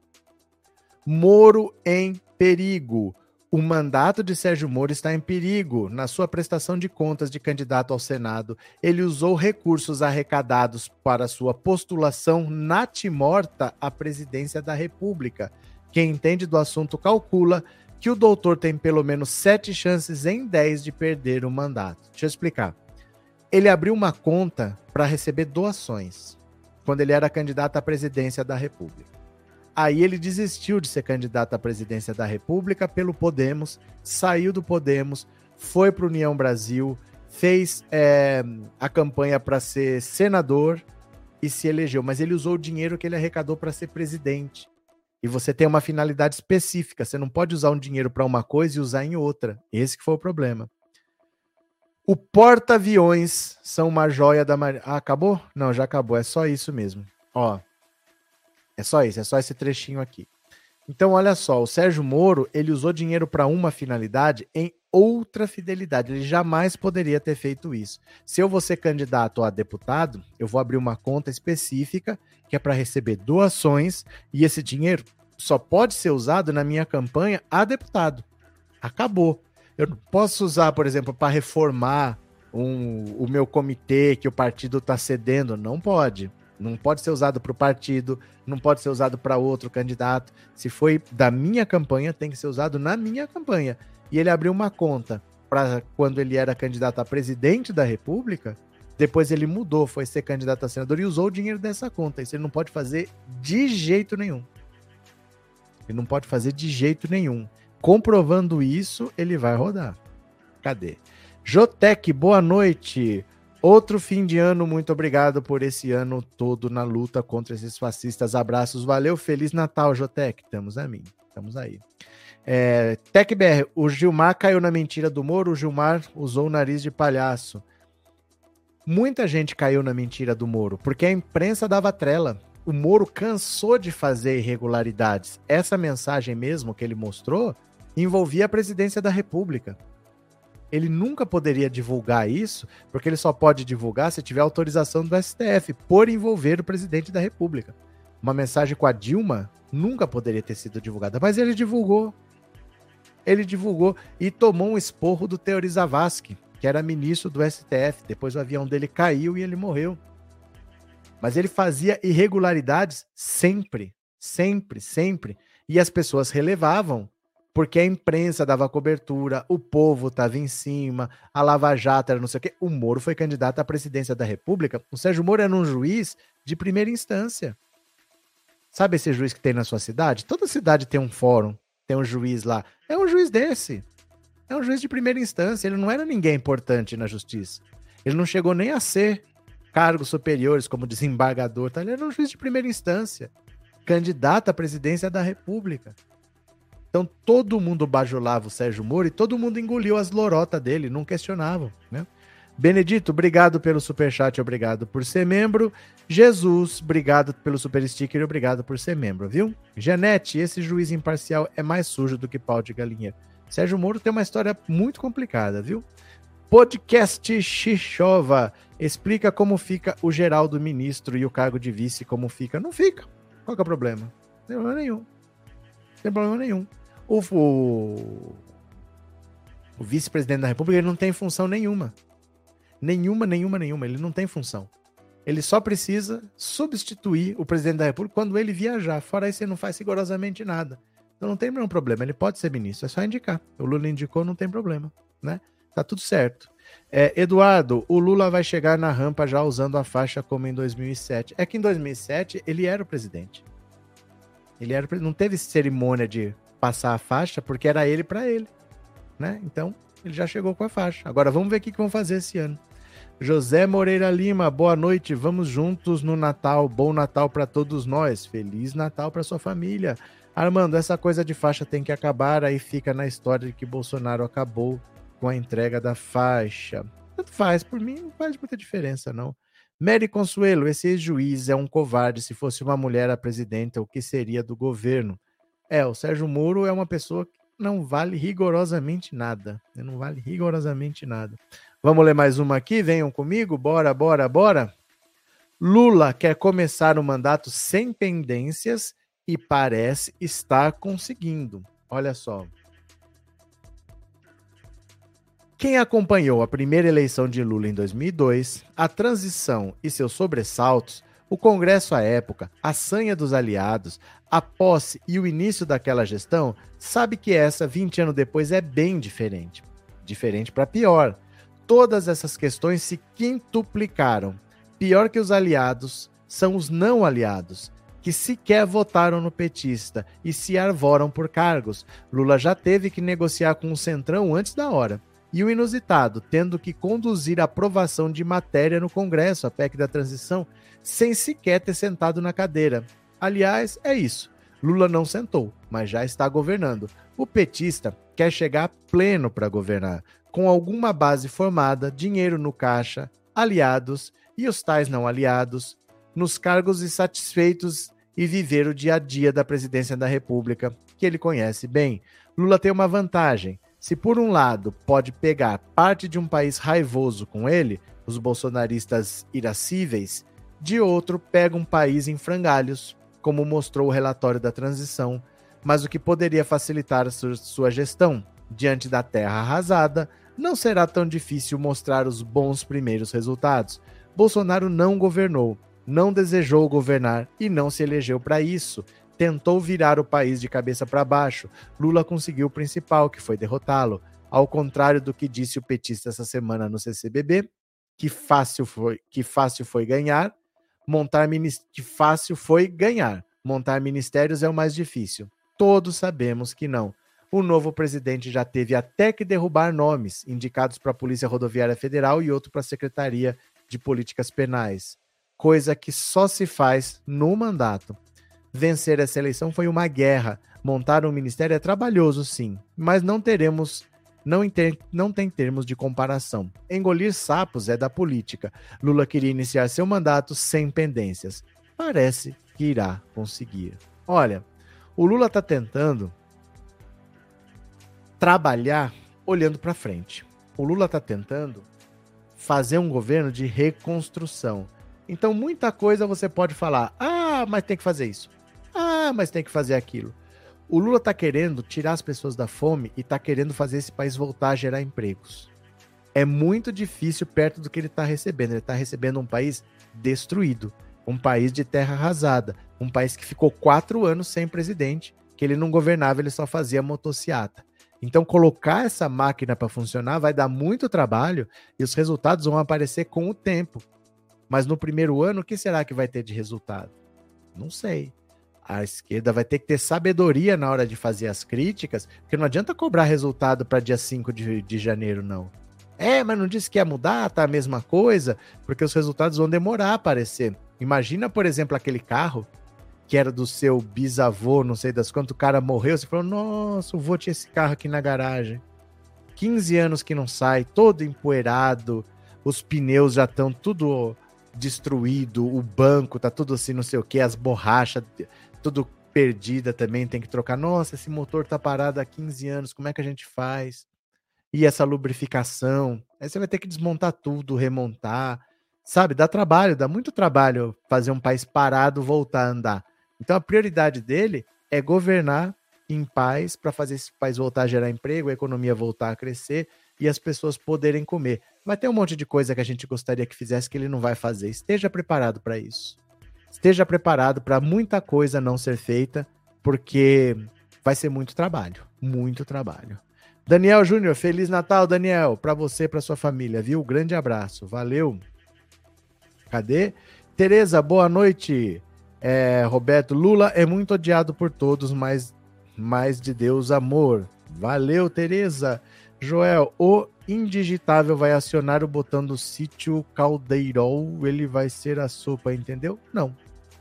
Moro em perigo. O mandato de Sérgio Moro está em perigo. Na sua prestação de contas de candidato ao Senado, ele usou recursos arrecadados para sua postulação natimorta à presidência da República. Quem entende do assunto calcula que o doutor tem pelo menos 7 chances em 10 de perder o mandato. Deixa eu explicar. Ele abriu uma conta para receber doações quando ele era candidato à presidência da República. Aí ele desistiu de ser candidato à presidência da República pelo Podemos, saiu do Podemos, foi para o União Brasil, fez a campanha para ser senador e se elegeu. Mas ele usou o dinheiro que ele arrecadou para ser presidente. E você tem uma finalidade específica. Você não pode usar um dinheiro para uma coisa e usar em outra. Esse que foi o problema. O porta-aviões são uma joia da Marinha. Ah, acabou? Não, já acabou. É só isso mesmo. Ó. É só isso, é só esse trechinho aqui. Então, olha só, o Sérgio Moro, ele usou dinheiro para uma finalidade em outra fidelidade. Ele jamais poderia ter feito isso. Se eu vou ser candidato a deputado, eu vou abrir uma conta específica que é para receber doações e esse dinheiro só pode ser usado na minha campanha a deputado. Acabou. Eu não posso usar, por exemplo, para reformar o meu comitê que o partido está cedendo. Não pode. Não pode ser usado para o partido, não pode ser usado para outro candidato. Se foi da minha campanha, tem que ser usado na minha campanha. E ele abriu uma conta para quando ele era candidato a presidente da República, depois ele mudou, foi ser candidato a senador e usou o dinheiro dessa conta. Isso ele não pode fazer de jeito nenhum. Ele não pode fazer de jeito nenhum. Comprovando isso, ele vai rodar. Cadê? Jotec, boa noite. Outro fim de ano, muito obrigado por esse ano todo na luta contra esses fascistas. Abraços, valeu, Feliz Natal, Jotec. Estamos a mim, estamos aí. TecBR, o Gilmar caiu na mentira do Moro, o Gilmar usou o nariz de palhaço. Muita gente caiu na mentira do Moro, porque a imprensa dava trela. O Moro cansou de fazer irregularidades. Essa mensagem mesmo que ele mostrou envolvia a presidência da República. Ele nunca poderia divulgar isso, porque ele só pode divulgar se tiver autorização do STF, por envolver o presidente da República. Uma mensagem com a Dilma nunca poderia ter sido divulgada, mas ele divulgou. Ele divulgou e tomou um esporro do Teori Zavascki, que era ministro do STF. Depois o avião dele caiu e ele morreu. Mas ele fazia irregularidades sempre, sempre, sempre. E as pessoas relevavam. Porque a imprensa dava cobertura, o povo estava em cima, a Lava Jato era não sei o quê. O Moro foi candidato à presidência da República. O Sérgio Moro era um juiz de primeira instância. Sabe esse juiz que tem na sua cidade? Toda cidade tem um fórum, tem um juiz lá. É um juiz desse. É um juiz de primeira instância. Ele não era ninguém importante na justiça. Ele não chegou nem a ser cargos superiores, como desembargador. Tá? Ele era um juiz de primeira instância. Candidato à presidência da República. Então todo mundo bajulava o Sérgio Moro e todo mundo engoliu as lorotas dele, não questionavam, né? Benedito, obrigado pelo superchat, obrigado por ser membro. Jesus, obrigado pelo super sticker e obrigado por ser membro, viu? Janete, esse juiz imparcial é mais sujo do que pau de galinheiro. Sérgio Moro tem uma história muito complicada, viu? Podcast Xixova, explica como fica o geral do ministro e o cargo de vice, como fica. Não fica. Qual que é o problema? Não tem problema nenhum. Não tem problema nenhum. O vice-presidente da República ele não tem função nenhuma. Nenhuma. Ele não tem função. Ele só precisa substituir o presidente da República quando ele viajar. Fora isso, ele não faz rigorosamente nada. Então não tem nenhum problema. Ele pode ser ministro, é só indicar. O Lula indicou, não tem problema, né? Tá tudo certo. Eduardo, o Lula vai chegar na rampa já usando a faixa como em 2007. É que em 2007 ele era o presidente. Não teve cerimônia de passar a faixa porque era ele para ele, né? Então, ele já chegou com a faixa. Agora vamos ver o que vão fazer esse ano. José Moreira Lima, boa noite, vamos juntos no Natal, bom Natal para todos nós, Feliz Natal para sua família. Armando, essa coisa de faixa tem que acabar, aí fica na história de que Bolsonaro acabou com a entrega da faixa. Tanto faz, por mim não faz muita diferença não. Mary Consuelo, esse ex-juiz é um covarde, se fosse uma mulher a presidenta, o que seria do governo? O Sérgio Moro é uma pessoa que não vale rigorosamente nada, não vale rigorosamente nada. Vamos ler mais uma aqui? Venham comigo, bora, bora, bora. Lula quer começar o mandato sem pendências e parece estar conseguindo. Olha só. Quem acompanhou a primeira eleição de Lula em 2002, a transição e seus sobressaltos, o Congresso à época, a sanha dos aliados, a posse e o início daquela gestão, sabe que essa, 20 anos depois, é bem diferente. Diferente para pior. Todas essas questões se quintuplicaram. Pior que os aliados são os não aliados, que sequer votaram no petista e se arvoram por cargos. Lula já teve que negociar com o Centrão antes da hora. E o inusitado, tendo que conduzir a aprovação de matéria no Congresso, a PEC da transição, sem sequer ter sentado na cadeira. Aliás, é isso. Lula não sentou, mas já está governando. O petista quer chegar pleno para governar, com alguma base formada, dinheiro no caixa, aliados e os tais não aliados, nos cargos insatisfeitos e viver o dia a dia da presidência da República, que ele conhece bem. Lula tem uma vantagem. Se por um lado pode pegar parte de um país raivoso com ele, os bolsonaristas irascíveis, de outro pega um país em frangalhos, como mostrou o relatório da transição, mas o que poderia facilitar sua gestão diante da terra arrasada, não será tão difícil mostrar os bons primeiros resultados. Bolsonaro não governou, não desejou governar e não se elegeu para isso. Tentou virar o país de cabeça para baixo. Lula conseguiu o principal, que foi derrotá-lo. Ao contrário do que disse o petista essa semana no CCBB, que fácil foi ganhar, montar ministérios é o mais difícil. Todos sabemos que não. O novo presidente já teve até que derrubar nomes indicados para a Polícia Rodoviária Federal e outro para a Secretaria de Políticas Penais. Coisa que só se faz no mandato. Vencer essa eleição foi uma guerra. Montar um ministério é trabalhoso, sim, mas não tem termos de comparação. Engolir sapos é da política. Lula queria iniciar seu mandato sem pendências. Parece que irá conseguir. Olha, o Lula está tentando trabalhar olhando para frente. O Lula está tentando fazer um governo de reconstrução. Então, muita coisa você pode falar. Mas tem que fazer isso. Mas tem que fazer aquilo. O Lula está querendo tirar as pessoas da fome e está querendo fazer esse país voltar a gerar empregos. É muito difícil perto do que ele está recebendo. Ele está recebendo um país destruído, um país de terra arrasada, um país que ficou 4 anos sem presidente, que ele não governava, ele só fazia motociata. Então, colocar essa máquina para funcionar vai dar muito trabalho e os resultados vão aparecer com o tempo. Mas no primeiro ano, o que será que vai ter de resultado? Não sei. A esquerda vai ter que ter sabedoria na hora de fazer as críticas, porque não adianta cobrar resultado para dia 5 de janeiro, não. Mas não disse que ia mudar, tá a mesma coisa, porque os resultados vão demorar a aparecer. Imagina, por exemplo, aquele carro que era do seu bisavô, não sei das quantas, o cara morreu, você falou, nossa, o vô tinha esse carro aqui na garagem. 15 anos que não sai, todo empoeirado, os pneus já estão tudo destruído, o banco tá tudo assim, não sei o que, as borrachas tudo perdida também, tem que trocar. Nossa, esse motor tá parado há 15 anos, como é que a gente faz? E essa lubrificação, aí você vai ter que desmontar tudo, remontar, sabe? Dá trabalho, dá muito trabalho fazer um país parado voltar a andar. Então a prioridade dele é governar em paz para fazer esse país voltar a gerar emprego, a economia voltar a crescer e as pessoas poderem comer. Vai ter um monte de coisa que a gente gostaria que fizesse que ele não vai fazer. Esteja preparado para isso. Esteja preparado para muita coisa não ser feita, porque vai ser muito trabalho. Muito trabalho. Daniel Júnior, Feliz Natal, Daniel, para você e para sua família, viu? Grande abraço. Valeu. Cadê? Tereza, boa noite. Roberto, Lula é muito odiado por todos, mas mais de Deus amor. Valeu, Tereza. Joel, o indigitável vai acionar o botão do sítio Caldeirol, ele vai ser a sopa, entendeu? Não.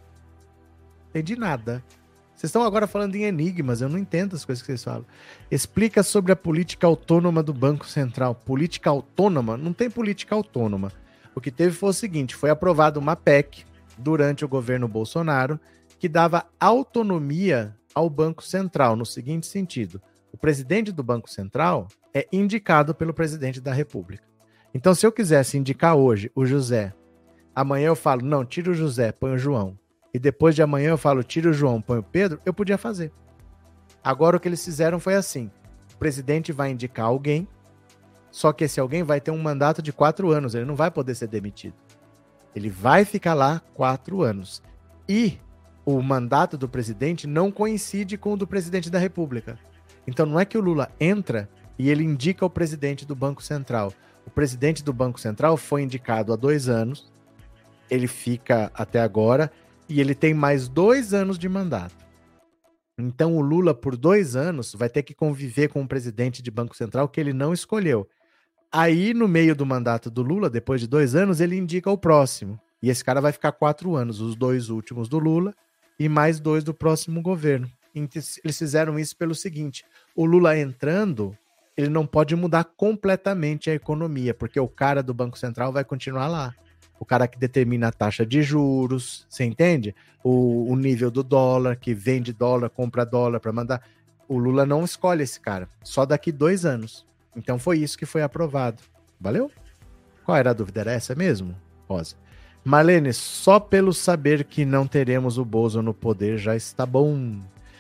Entendi nada. Vocês estão agora falando em enigmas, eu não entendo as coisas que vocês falam. Explica sobre a política autônoma do Banco Central. Política autônoma? Não tem política autônoma. O que teve foi o seguinte, foi aprovada uma PEC durante o governo Bolsonaro que dava autonomia ao Banco Central, no seguinte sentido. O presidente do Banco Central é indicado pelo presidente da República. Então, se eu quisesse indicar hoje o José, amanhã eu falo, não, tira o José, põe o João. E depois de amanhã eu falo, tira o João, põe o Pedro, eu podia fazer. Agora o que eles fizeram foi assim, o presidente vai indicar alguém, só que esse alguém vai ter um mandato de 4 anos, ele não vai poder ser demitido. Ele vai ficar lá 4 anos. E o mandato do presidente não coincide com o do presidente da República. Então não é que o Lula entra e ele indica o presidente do Banco Central. O presidente do Banco Central foi indicado há 2 anos, ele fica até agora, e ele tem mais 2 anos de mandato. Então o Lula, por 2 anos, vai ter que conviver com um presidente de Banco Central que ele não escolheu. Aí, no meio do mandato do Lula, depois de 2 anos, ele indica o próximo. E esse cara vai ficar 4 anos, os 2 últimos do Lula e mais 2 do próximo governo. Eles fizeram isso pelo seguinte, o Lula entrando, ele não pode mudar completamente a economia, porque o cara do Banco Central vai continuar lá. O cara que determina a taxa de juros, você entende? O nível do dólar, que vende dólar, compra dólar para mandar. O Lula não escolhe esse cara, só daqui 2 anos. Então foi isso que foi aprovado. Valeu? Qual era a dúvida? Era essa mesmo, Rosa? Marlene, só pelo saber que não teremos o Bozo no poder já está bom.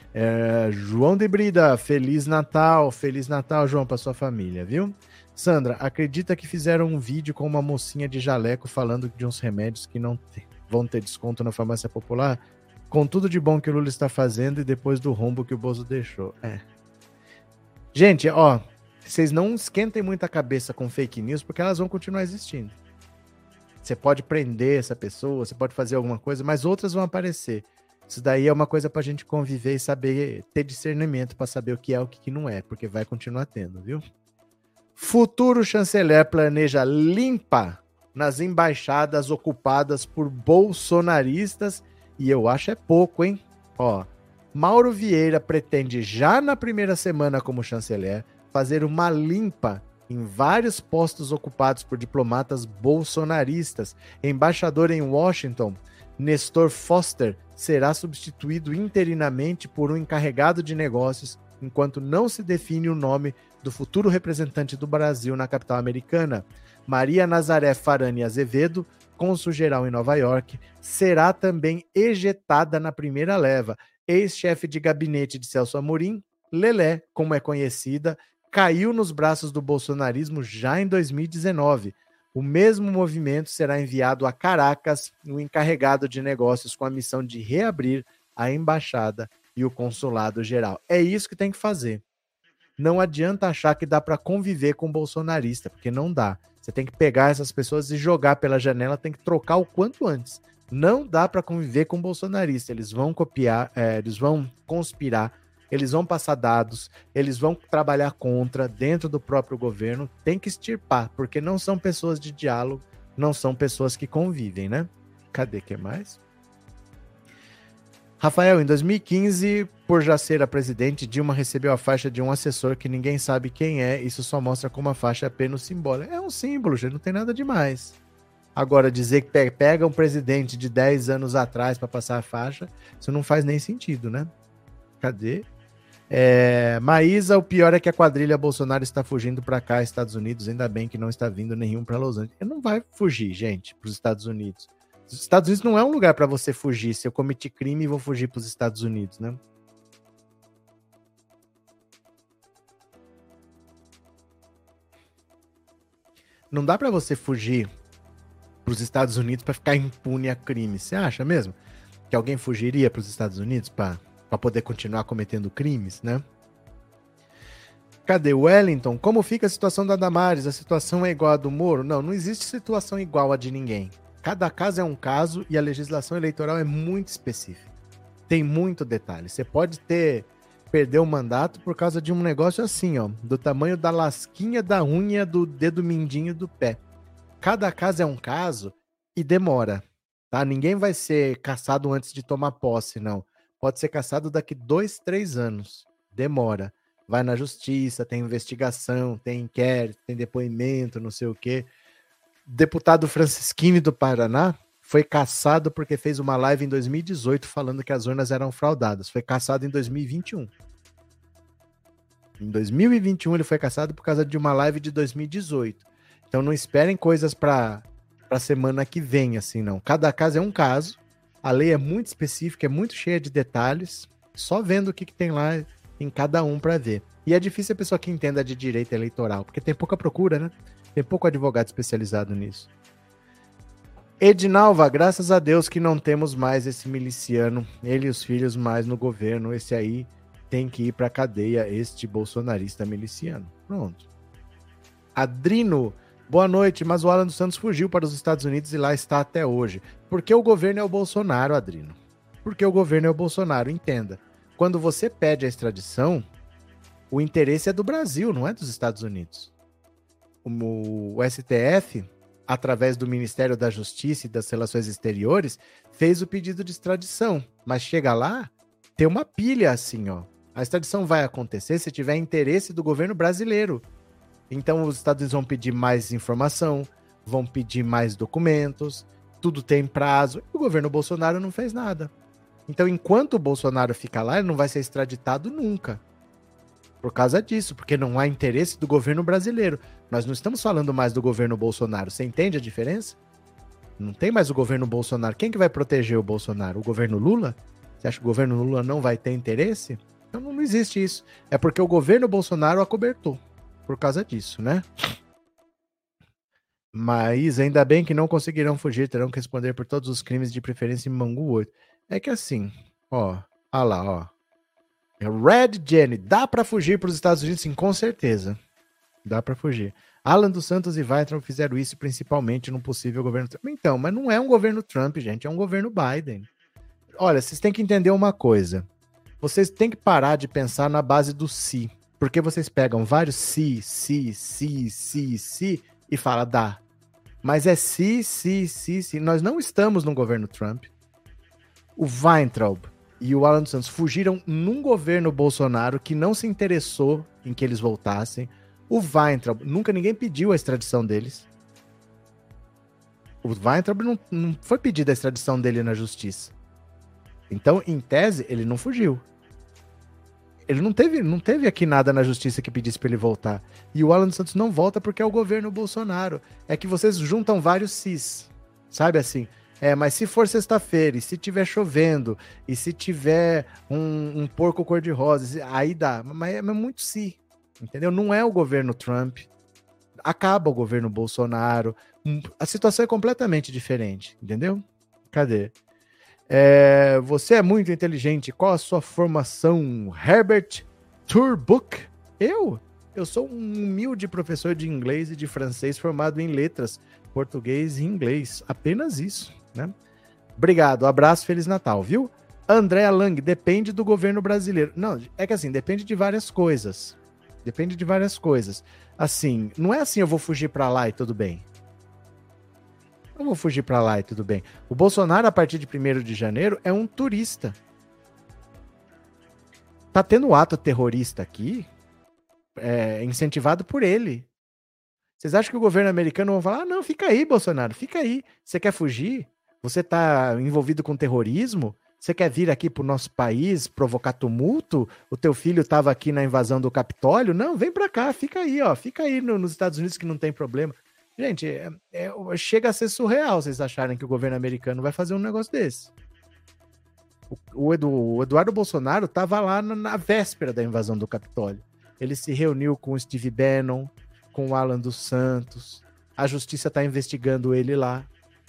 João de Brida, Feliz Natal, João, para sua família, viu? Sandra, acredita que fizeram um vídeo com uma mocinha de jaleco falando de uns remédios que não vão ter desconto na farmácia popular? Com tudo de bom que o Lula está fazendo e depois do rombo que o Bozo deixou. Gente, ó, vocês não esquentem muito a cabeça com fake news, porque elas vão continuar existindo. Você pode prender essa pessoa, você pode fazer alguma coisa, mas outras vão aparecer. Isso daí é uma coisa pra gente conviver e saber, ter discernimento para saber o que é o que não é, porque vai continuar tendo, viu? Futuro chanceler planeja limpa nas embaixadas ocupadas por bolsonaristas, e eu acho é pouco, hein? Ó, Mauro Vieira pretende já na primeira semana como chanceler fazer uma limpa em vários postos ocupados por diplomatas bolsonaristas. Embaixador em Washington, Nestor Foster, será substituído interinamente por um encarregado de negócios, enquanto não se define o nome do futuro representante do Brasil na capital americana. Maria Nazaré Farani Azevedo, cônsul-geral em Nova York, será também ejetada na primeira leva. Ex-chefe de gabinete de Celso Amorim, Lelé, como é conhecida, caiu nos braços do bolsonarismo já em 2019. O mesmo movimento será enviado a Caracas, no encarregado de negócios com a missão de reabrir a embaixada e o consulado geral. É isso que tem que fazer. Não adianta achar que dá para conviver com bolsonarista, porque não dá. Você tem que pegar essas pessoas e jogar pela janela, tem que trocar o quanto antes. Não dá para conviver com bolsonarista. Eles vão copiar, eles vão conspirar, eles vão passar dados, eles vão trabalhar contra dentro do próprio governo. Tem que extirpar, porque não são pessoas de diálogo, não são pessoas que convivem, né? Cadê que mais? Rafael, em 2015, por já ser a presidente, Dilma recebeu a faixa de um assessor que ninguém sabe quem é. Isso só mostra como a faixa é apenas simbólica. É um símbolo, gente, não tem nada demais. Agora, dizer que pega um presidente de 10 anos atrás para passar a faixa, isso não faz nem sentido, né? Cadê? Maísa, o pior é que a quadrilha Bolsonaro está fugindo para cá, Estados Unidos. Ainda bem que não está vindo nenhum para Los Angeles. Ele não vai fugir, gente, para os Estados Unidos. Os Estados Unidos não é um lugar para você fugir. Se eu cometi crime, vou fugir para os Estados Unidos, né? Não dá para você fugir para os Estados Unidos para ficar impune a crime. Você acha mesmo que alguém fugiria para os Estados Unidos para poder continuar cometendo crimes, né? Cadê o Wellington? Como fica a situação da Damares? A situação é igual a do Moro? Não, não existe situação igual a de ninguém. Cada caso é um caso e a legislação eleitoral é muito específica. Tem muito detalhe. Você pode ter perdeu o mandato por causa de um negócio assim, ó, do tamanho da lasquinha da unha do dedo mindinho do pé. Cada caso é um caso e demora, tá? Ninguém vai ser cassado antes de tomar posse, não. Pode ser cassado daqui 2, 3 anos. Demora. Vai na justiça, tem investigação, tem inquérito, tem depoimento, não sei o quê. Deputado Francisquini do Paraná foi cassado porque fez uma live em 2018 falando que as urnas eram fraudadas. Foi cassado em 2021. Em 2021 ele foi cassado por causa de uma live de 2018. Então não esperem coisas para a semana que vem, assim, não. Cada caso é um caso. A lei é muito específica, é muito cheia de detalhes. Só vendo o que tem lá em cada um para ver. E é difícil a pessoa que entenda de direito eleitoral, porque tem pouca procura, né? Tem pouco advogado especializado nisso. Edinalva, graças a Deus que não temos mais esse miliciano, ele e os filhos mais no governo. Esse aí tem que ir pra cadeia, este bolsonarista miliciano. Pronto. Adrino, boa noite, mas o Alan dos Santos fugiu para os Estados Unidos e lá está até hoje. Porque o governo é o Bolsonaro, Adrino. Porque o governo é o Bolsonaro, entenda. Quando você pede a extradição, o interesse é do Brasil, não é dos Estados Unidos. O STF, através do Ministério da Justiça e das Relações Exteriores, fez o pedido de extradição. Mas chega lá, tem uma pilha assim, ó. A extradição vai acontecer se tiver interesse do governo brasileiro. Então os Estados Unidos vão pedir mais informação, vão pedir mais documentos, tudo tem prazo. E o governo Bolsonaro não fez nada. Então, enquanto o Bolsonaro fica lá, ele não vai ser extraditado nunca. Por causa disso, porque não há interesse do governo brasileiro. Nós não estamos falando mais do governo Bolsonaro. Você entende a diferença? Não tem mais o governo Bolsonaro. Quem que vai proteger o Bolsonaro? O governo Lula? Você acha que o governo Lula não vai ter interesse? Então não existe isso. É porque o governo Bolsonaro acobertou. Por causa disso, né? Mas ainda bem que não conseguirão fugir. Terão que responder por todos os crimes, de preferência em Mangu 8. É que assim, ó. Olha lá, ó. Red Jenny, dá pra fugir para os Estados Unidos? Sim, com certeza. Dá pra fugir. Alan dos Santos e Weintraub fizeram isso principalmente no possível governo Trump. Então, mas não é um governo Trump, gente, é um governo Biden. Olha, vocês têm que entender uma coisa. Vocês têm que parar de pensar na base do se. Porque vocês pegam vários se e falam, dá. Mas é se. Nós não estamos num governo Trump. O Weintraub e o Alan dos Santos fugiram num governo Bolsonaro que não se interessou em que eles voltassem. O Weintraub, nunca ninguém pediu a extradição deles. O Weintraub não foi pedida a extradição dele na justiça. Então, em tese, ele não fugiu. Ele não teve aqui nada na justiça que pedisse para ele voltar. E o Alan dos Santos não volta porque é o governo Bolsonaro. É que vocês juntam vários cis. Sabe assim? Mas se for sexta-feira, e se tiver chovendo, e se tiver um porco cor-de-rosa, aí dá. Mas é muito si, entendeu? Não é o governo Trump. Acaba o governo Bolsonaro. A situação é completamente diferente, entendeu? Cadê? Você é muito inteligente. Qual a sua formação? Herbert Turbuck? Eu sou um humilde professor de inglês e de francês formado em letras, português e inglês. Apenas isso, né? Obrigado, abraço, Feliz Natal, viu? Andréa Lang, depende do governo brasileiro. Não, é que assim, depende de várias coisas. Depende de várias coisas. Assim, não é assim, eu vou fugir pra lá e tudo bem. Eu vou fugir pra lá e tudo bem. O Bolsonaro, a partir de 1º de janeiro, é um turista. Tá tendo ato terrorista aqui, incentivado por ele. Vocês acham que o governo americano vai falar, não, fica aí, Bolsonaro, fica aí. Você quer fugir? Você tá envolvido com terrorismo? Você quer vir aqui pro nosso país provocar tumulto? O teu filho estava aqui na invasão do Capitólio? Não, vem pra cá, fica aí, ó. Fica aí nos Estados Unidos que não tem problema. Gente, chega a ser surreal vocês acharem que o governo americano vai fazer um negócio desse. O Eduardo Bolsonaro estava lá na véspera da invasão do Capitólio. Ele se reuniu com o Steve Bannon, com o Alan dos Santos. A justiça está investigando ele lá.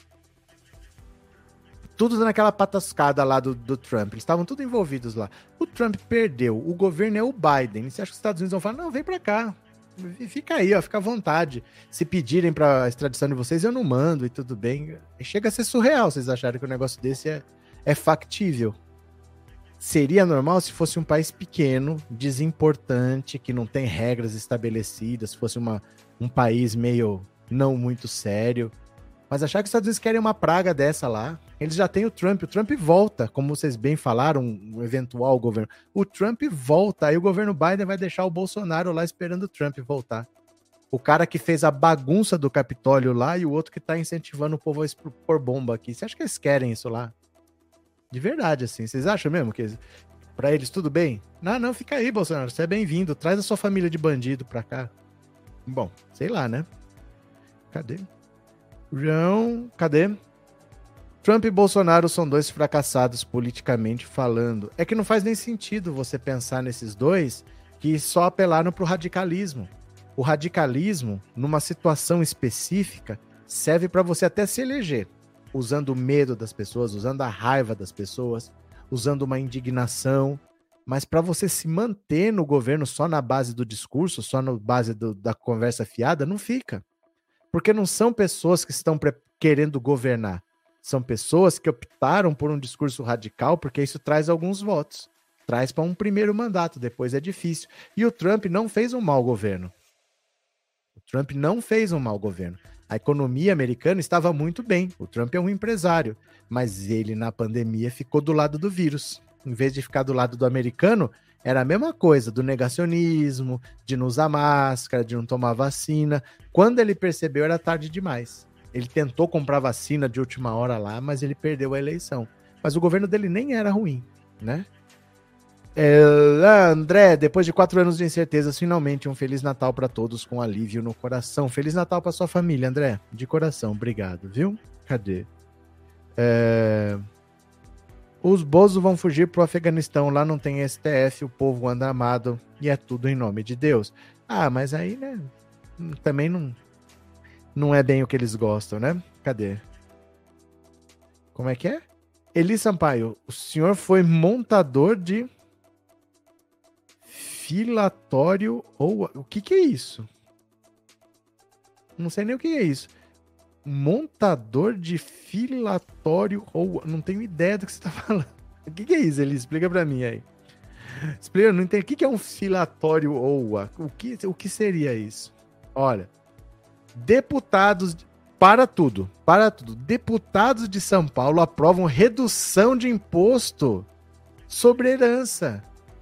Tudo naquela patascada lá do Trump. Eles estavam tudo envolvidos lá. O Trump perdeu. O governo é o Biden. E você acha que os Estados Unidos vão falar, não, vem pra cá. Fica aí, ó, fica à vontade. Se pedirem pra extradição de vocês, eu não mando e tudo bem. Chega a ser surreal vocês acharem que o negócio desse é factível. Seria normal se fosse um país pequeno, desimportante, que não tem regras estabelecidas, se fosse um país meio não muito sério. Mas achar que os Estados Unidos querem uma praga dessa lá, eles já têm o Trump volta, como vocês bem falaram, um eventual governo. O Trump volta, aí o governo Biden vai deixar o Bolsonaro lá esperando o Trump voltar. O cara que fez a bagunça do Capitólio lá e o outro que tá incentivando o povo a expor bomba aqui. Você acha que eles querem isso lá? De verdade, assim. Vocês acham mesmo que pra eles tudo bem? Não, fica aí, Bolsonaro. Você é bem-vindo. Traz a sua família de bandido pra cá. Bom, sei lá, né? Cadê? Cadê? Trump e Bolsonaro são dois fracassados politicamente falando. É que não faz nem sentido você pensar nesses dois que só apelaram pro radicalismo. O radicalismo, numa situação específica, serve para você até se eleger, usando o medo das pessoas, usando a raiva das pessoas, usando uma indignação, mas para você se manter no governo só na base do discurso, só na base da conversa fiada, não fica. Porque não são pessoas que estão querendo governar, são pessoas que optaram por um discurso radical porque isso traz alguns votos, traz para um primeiro mandato, depois é difícil. E o Trump não fez um mau governo. Trump não fez um mau governo. A economia americana estava muito bem. O Trump é um empresário, mas ele na pandemia ficou do lado do vírus. Em vez de ficar do lado do americano, era a mesma coisa, do negacionismo, de não usar máscara, de não tomar vacina. Quando ele percebeu, era tarde demais. Ele tentou comprar vacina de última hora lá, mas ele perdeu a eleição. Mas o governo dele nem era ruim, né? André, depois de 4 anos de incertezas, finalmente um Feliz Natal para todos com alívio no coração. Feliz Natal para sua família, André. De coração, obrigado, viu? Cadê? Os Bozo vão fugir pro Afeganistão, lá não tem STF, o povo anda armado e é tudo em nome de Deus. Ah, mas aí, né, também não é bem o que eles gostam, né? Cadê? Como é que é? Eli Sampaio, o senhor foi montador de filatório ou... O que é isso? Não sei nem o que é isso. Montador de filatório ou... Não tenho ideia do que você tá falando. O que é isso, Eli? Explica pra mim aí. Explica, não entendi. O que é um filatório OUA? O que seria isso? Olha, deputados... Para tudo. Deputados de São Paulo aprovam redução de imposto sobre herança.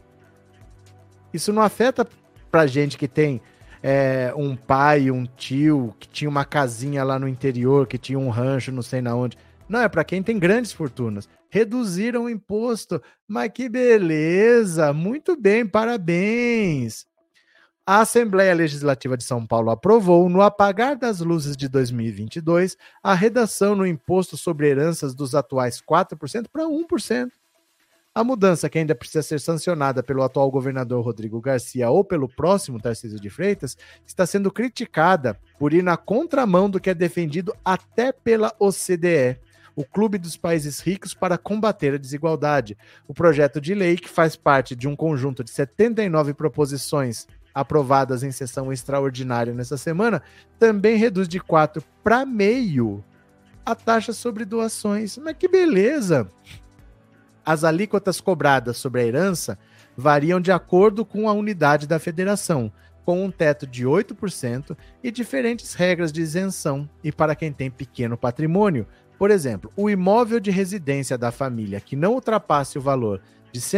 Isso não afeta pra gente que tem um pai, um tio, que tinha uma casinha lá no interior, que tinha um rancho, não sei na onde. Não, é para quem tem grandes fortunas. Reduziram o imposto. Mas que beleza! Muito bem, parabéns! A Assembleia Legislativa de São Paulo aprovou, no apagar das luzes de 2022, a redação no imposto sobre heranças dos atuais 4% para 1%. A mudança, que ainda precisa ser sancionada pelo atual governador Rodrigo Garcia ou pelo próximo Tarcísio de Freitas, está sendo criticada por ir na contramão do que é defendido até pela OCDE, o Clube dos Países Ricos para Combater a Desigualdade. O projeto de lei, que faz parte de um conjunto de 79 proposições aprovadas em sessão extraordinária nessa semana, também reduz de 4 para meio a taxa sobre doações. Mas que beleza! As alíquotas cobradas sobre a herança variam de acordo com a unidade da federação, com um teto de 8% e diferentes regras de isenção e para quem tem pequeno patrimônio. Por exemplo, o imóvel de residência da família que não ultrapasse o valor de R$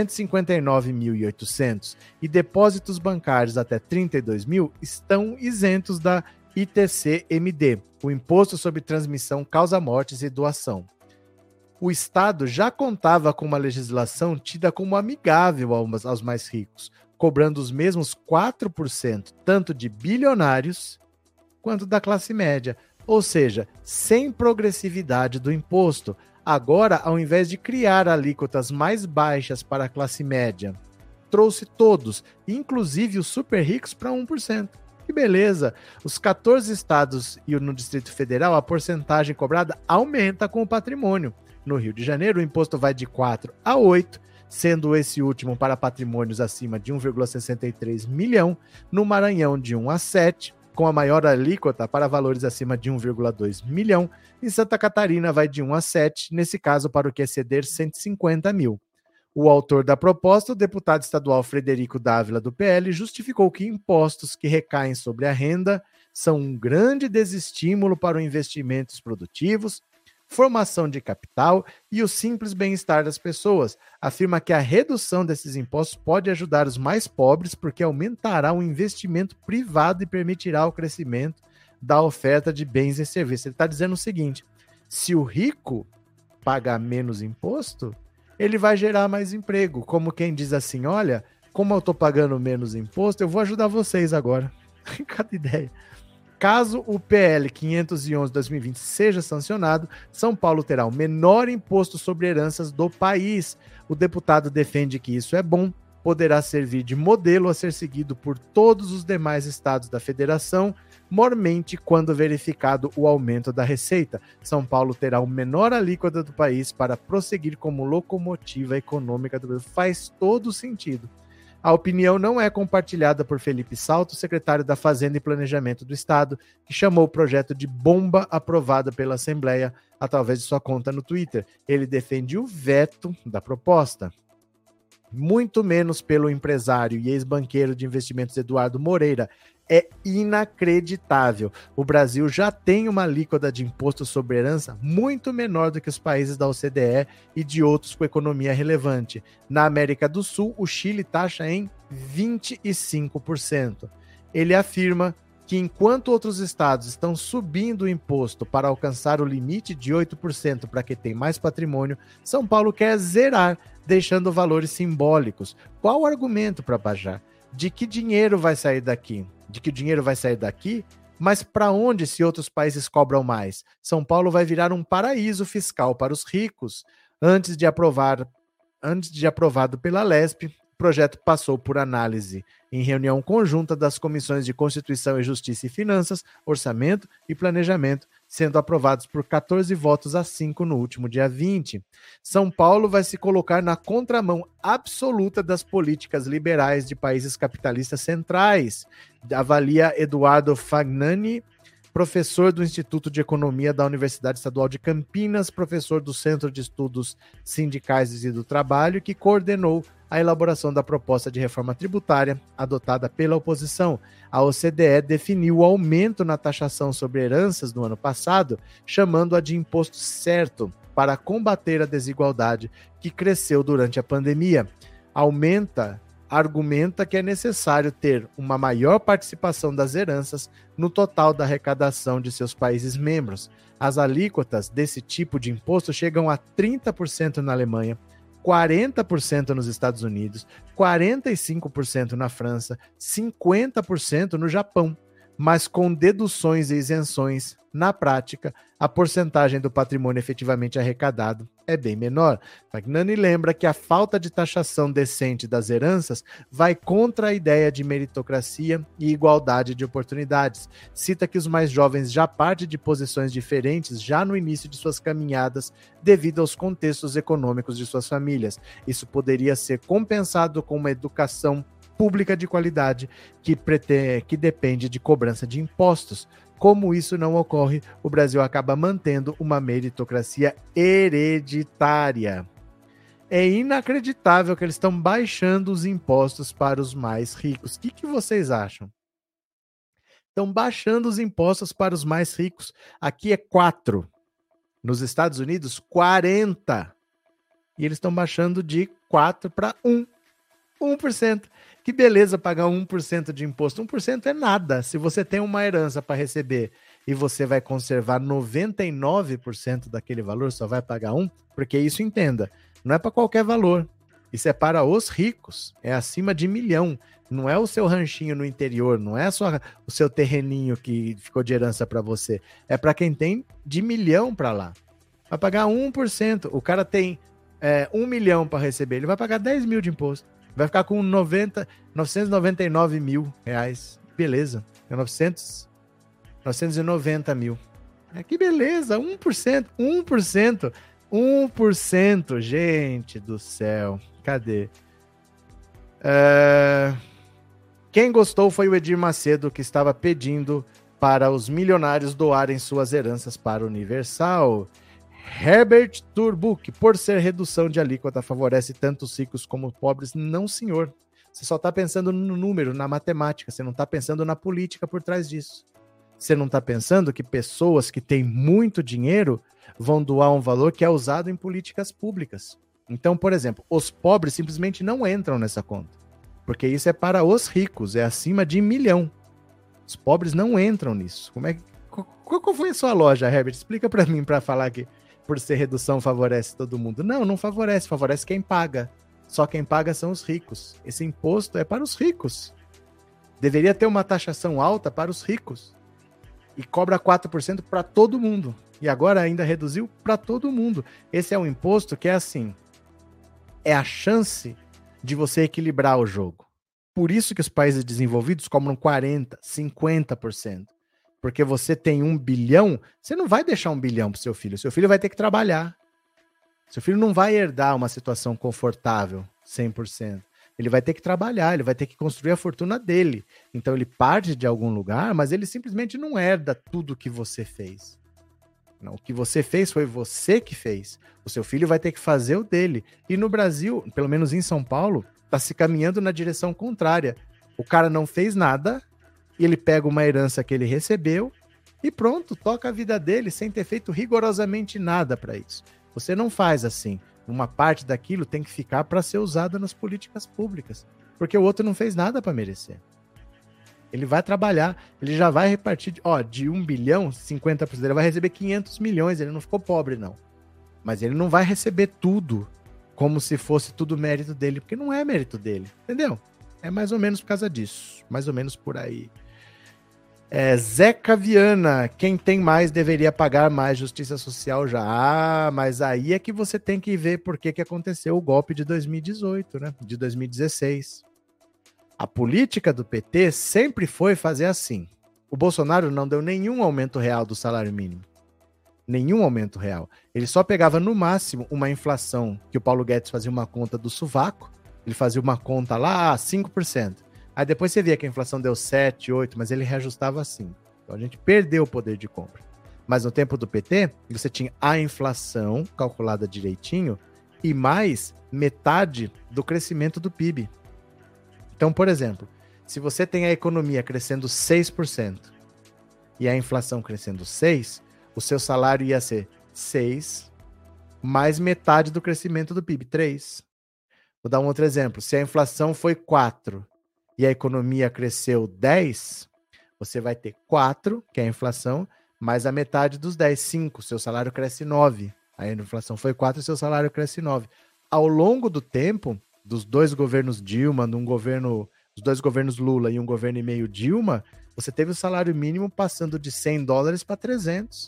159.800 e depósitos bancários até R$ 32.000 estão isentos da ITC-MD, o Imposto sobre Transmissão, Causa-Mortes e Doação. O Estado já contava com uma legislação tida como amigável aos mais ricos, cobrando os mesmos 4%, tanto de bilionários quanto da classe média, ou seja, sem progressividade do imposto. Agora, ao invés de criar alíquotas mais baixas para a classe média, trouxe todos, inclusive os super ricos, para 1%. Que beleza! Os 14 estados e no Distrito Federal, a porcentagem cobrada aumenta com o patrimônio. No Rio de Janeiro, o imposto vai de 4 a 8, sendo esse último para patrimônios acima de 1,63 milhão, no Maranhão de 1 a 7, com a maior alíquota para valores acima de 1,2 milhão, em Santa Catarina vai de 1 a 7, nesse caso para o que exceder 150 mil. O autor da proposta, o deputado estadual Frederico Dávila, do PL, justificou que impostos que recaem sobre a renda são um grande desestímulo para os investimentos produtivos, formação de capital e o simples bem-estar das pessoas. Afirma que a redução desses impostos pode ajudar os mais pobres porque aumentará o investimento privado e permitirá o crescimento da oferta de bens e serviços. Ele está dizendo o seguinte: se o rico pagar menos imposto, ele vai gerar mais emprego. Como quem diz assim, olha, como eu estou pagando menos imposto, eu vou ajudar vocês agora. Cada ideia. Caso o PL 511/2020 seja sancionado, São Paulo terá o menor imposto sobre heranças do país. O deputado defende que isso é bom, poderá servir de modelo a ser seguido por todos os demais estados da federação, mormente quando verificado o aumento da receita. São Paulo terá o menor alíquota do país para prosseguir como locomotiva econômica do Brasil. Faz todo sentido. A opinião não é compartilhada por Felipe Salto, secretário da Fazenda e Planejamento do Estado, que chamou o projeto de bomba aprovada pela Assembleia através de sua conta no Twitter. Ele defende o veto da proposta. Muito menos pelo empresário e ex-banqueiro de investimentos Eduardo Moreira. É inacreditável. O Brasil já tem uma alíquota de imposto sobre herança muito menor do que os países da OCDE e de outros com economia relevante. Na América do Sul, o Chile taxa em 25%. Ele afirma que enquanto outros estados estão subindo o imposto para alcançar o limite de 8% para quem tem mais patrimônio, São Paulo quer zerar, deixando valores simbólicos. Qual o argumento para baixar? De que dinheiro vai sair daqui? De que o dinheiro vai sair daqui? Mas para onde se outros países cobram mais? São Paulo vai virar um paraíso fiscal para os ricos. Antes de aprovado pela LESP, o projeto passou por análise em reunião conjunta das comissões de Constituição e Justiça e Finanças, Orçamento e Planejamento, sendo aprovados por 14 votos a 5 no último dia 20. São Paulo vai se colocar na contramão absoluta das políticas liberais de países capitalistas centrais, avalia Eduardo Fagnani, professor do Instituto de Economia da Universidade Estadual de Campinas, professor do Centro de Estudos Sindicais e do Trabalho, que coordenou a elaboração da proposta de reforma tributária adotada pela oposição. A OCDE definiu o aumento na taxação sobre heranças no ano passado, chamando-a de imposto certo, para combater a desigualdade que cresceu durante a pandemia. Argumenta que é necessário ter uma maior participação das heranças no total da arrecadação de seus países membros. As alíquotas desse tipo de imposto chegam a 30% na Alemanha, 40% nos Estados Unidos, 45% na França, 50% no Japão. Mas com deduções e isenções, na prática, a porcentagem do patrimônio efetivamente arrecadado é bem menor. Fagnani lembra que a falta de taxação decente das heranças vai contra a ideia de meritocracia e igualdade de oportunidades. Cita que os mais jovens já partem de posições diferentes já no início de suas caminhadas devido aos contextos econômicos de suas famílias. Isso poderia ser compensado com uma educação pública de qualidade que depende de cobrança de impostos. Como isso não ocorre, o Brasil acaba mantendo uma meritocracia hereditária. É inacreditável que eles estão baixando os impostos para os mais ricos. O que vocês acham? Estão baixando os impostos para os mais ricos. Aqui é 4. Nos Estados Unidos, 40. E eles estão baixando de 4 para 1. 1%. Que beleza pagar 1% de imposto. 1% é nada. Se você tem uma herança para receber e você vai conservar 99% daquele valor, só vai pagar 1%, porque isso, entenda, não é para qualquer valor. Isso é para os ricos. É acima de 1 milhão. Não é o seu ranchinho no interior, não é só o seu terreninho que ficou de herança para você. É para quem tem de 1 milhão para lá. Vai pagar 1%. O cara tem 1 milhão para receber, ele vai pagar 10 mil de imposto. Vai ficar com 999 mil reais. Beleza. É 990 mil. Que beleza. 1%. 1%. 1%. Gente do céu. Cadê? Quem gostou foi o Edir Macedo, que estava pedindo para os milionários doarem suas heranças para o Universal. Herbert Turbuck, por ser redução de alíquota, favorece tanto os ricos como os pobres. Não, senhor. Você só está pensando no número, na matemática. Você não está pensando na política por trás disso. Você não está pensando que pessoas que têm muito dinheiro vão doar um valor que é usado em políticas públicas. Então, por exemplo, os pobres simplesmente não entram nessa conta. Porque isso é para os ricos, é acima de 1 milhão. Os pobres não entram nisso. Qual foi a sua loja, Herbert? Explica para mim, para falar que por ser redução favorece todo mundo. Não favorece, favorece quem paga. Só quem paga são os ricos. Esse imposto é para os ricos. Deveria ter uma taxação alta para os ricos. E cobra 4% para todo mundo. E agora ainda reduziu para todo mundo. Esse é um imposto que é assim, é a chance de você equilibrar o jogo. Por isso que os países desenvolvidos cobram 40%, 50%. Porque você tem 1 bilhão, você não vai deixar 1 bilhão para o seu filho. Seu filho vai ter que trabalhar. Seu filho não vai herdar uma situação confortável, 100%. Ele vai ter que trabalhar, ele vai ter que construir a fortuna dele. Então ele parte de algum lugar, mas ele simplesmente não herda tudo que você fez. Não, o que você fez foi você que fez. O seu filho vai ter que fazer o dele. E no Brasil, pelo menos em São Paulo, está se caminhando na direção contrária. O cara não fez nada, e ele pega uma herança que ele recebeu e pronto, toca a vida dele sem ter feito rigorosamente nada para isso. Você não faz assim. Uma parte daquilo tem que ficar para ser usada nas políticas públicas, porque o outro não fez nada para merecer. Ele vai trabalhar, ele já vai repartir, de 1 bilhão, 50%, ele vai receber 500 milhões, ele não ficou pobre não. Mas ele não vai receber tudo como se fosse tudo mérito dele, porque não é mérito dele, entendeu? É mais ou menos por causa disso, mais ou menos por aí. Zeca Viana, quem tem mais deveria pagar mais, justiça social já. Ah, mas aí é que você tem que ver por que aconteceu o golpe de 2018, né? De 2016. A política do PT sempre foi fazer assim. O Bolsonaro não deu nenhum aumento real do salário mínimo. Nenhum aumento real. Ele só pegava no máximo uma inflação, que o Paulo Guedes fazia uma conta do sovaco, ele fazia uma conta lá, 5%. Aí depois você via que a inflação deu 7, 8, mas ele reajustava assim. Então a gente perdeu o poder de compra. Mas no tempo do PT, você tinha a inflação calculada direitinho e mais metade do crescimento do PIB. Então, por exemplo, se você tem a economia crescendo 6% e a inflação crescendo 6%, o seu salário ia ser 6 mais metade do crescimento do PIB, 3. Vou dar um outro exemplo. Se a inflação foi 4 e a economia cresceu 10, você vai ter 4, que é a inflação, mais a metade dos 10, 5. Seu salário cresce 9. Aí a inflação foi 4 e seu salário cresce 9. Ao longo do tempo, dos 2 governos Dilma, dos 2 governos Lula e um governo e meio Dilma, você teve o salário mínimo passando de $100 para 300.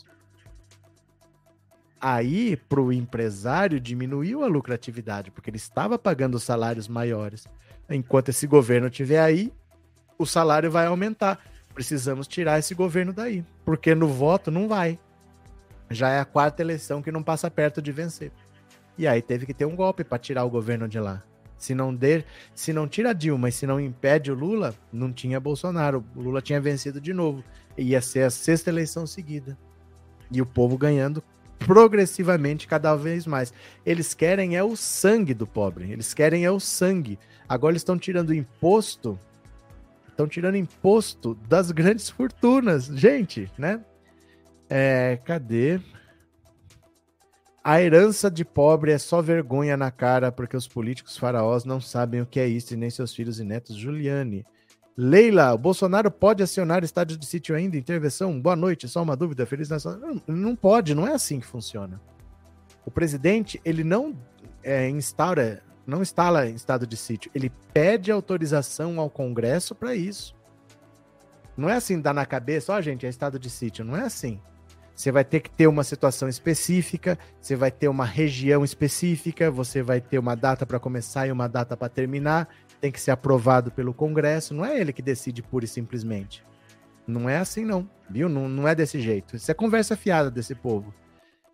Aí, para o empresário, diminuiu a lucratividade, porque ele estava pagando salários maiores. Enquanto esse governo estiver aí, o salário vai aumentar. Precisamos tirar esse governo daí, porque no voto não vai. Já é a 4ª eleição que não passa perto de vencer. E aí teve que ter um golpe para tirar o governo de lá. Se não tira a Dilma e se não impede o Lula, não tinha Bolsonaro. O Lula tinha vencido de novo. Ia ser a 6ª eleição seguida. E o povo ganhando progressivamente cada vez mais. Eles querem o sangue do pobre. Eles querem o sangue. Agora eles estão tirando imposto. Estão tirando imposto das grandes fortunas. Gente, né? Cadê? A herança de pobre é só vergonha na cara, porque os políticos faraós não sabem o que é isso, e nem seus filhos e netos. Juliane. Leila, o Bolsonaro pode acionar estado de sítio ainda? Intervenção? Boa noite, só uma dúvida. Feliz Natal. Não pode, não é assim que funciona. O presidente, ele não instala estado de sítio. Ele pede autorização ao Congresso para isso. Não é assim, dá na cabeça, gente, é estado de sítio. Não é assim. Você vai ter que ter uma situação específica, você vai ter uma região específica, você vai ter uma data para começar e uma data para terminar, tem que ser aprovado pelo Congresso, não é ele que decide pura e simplesmente. Não é assim não, viu? Não é desse jeito. Isso é conversa fiada desse povo.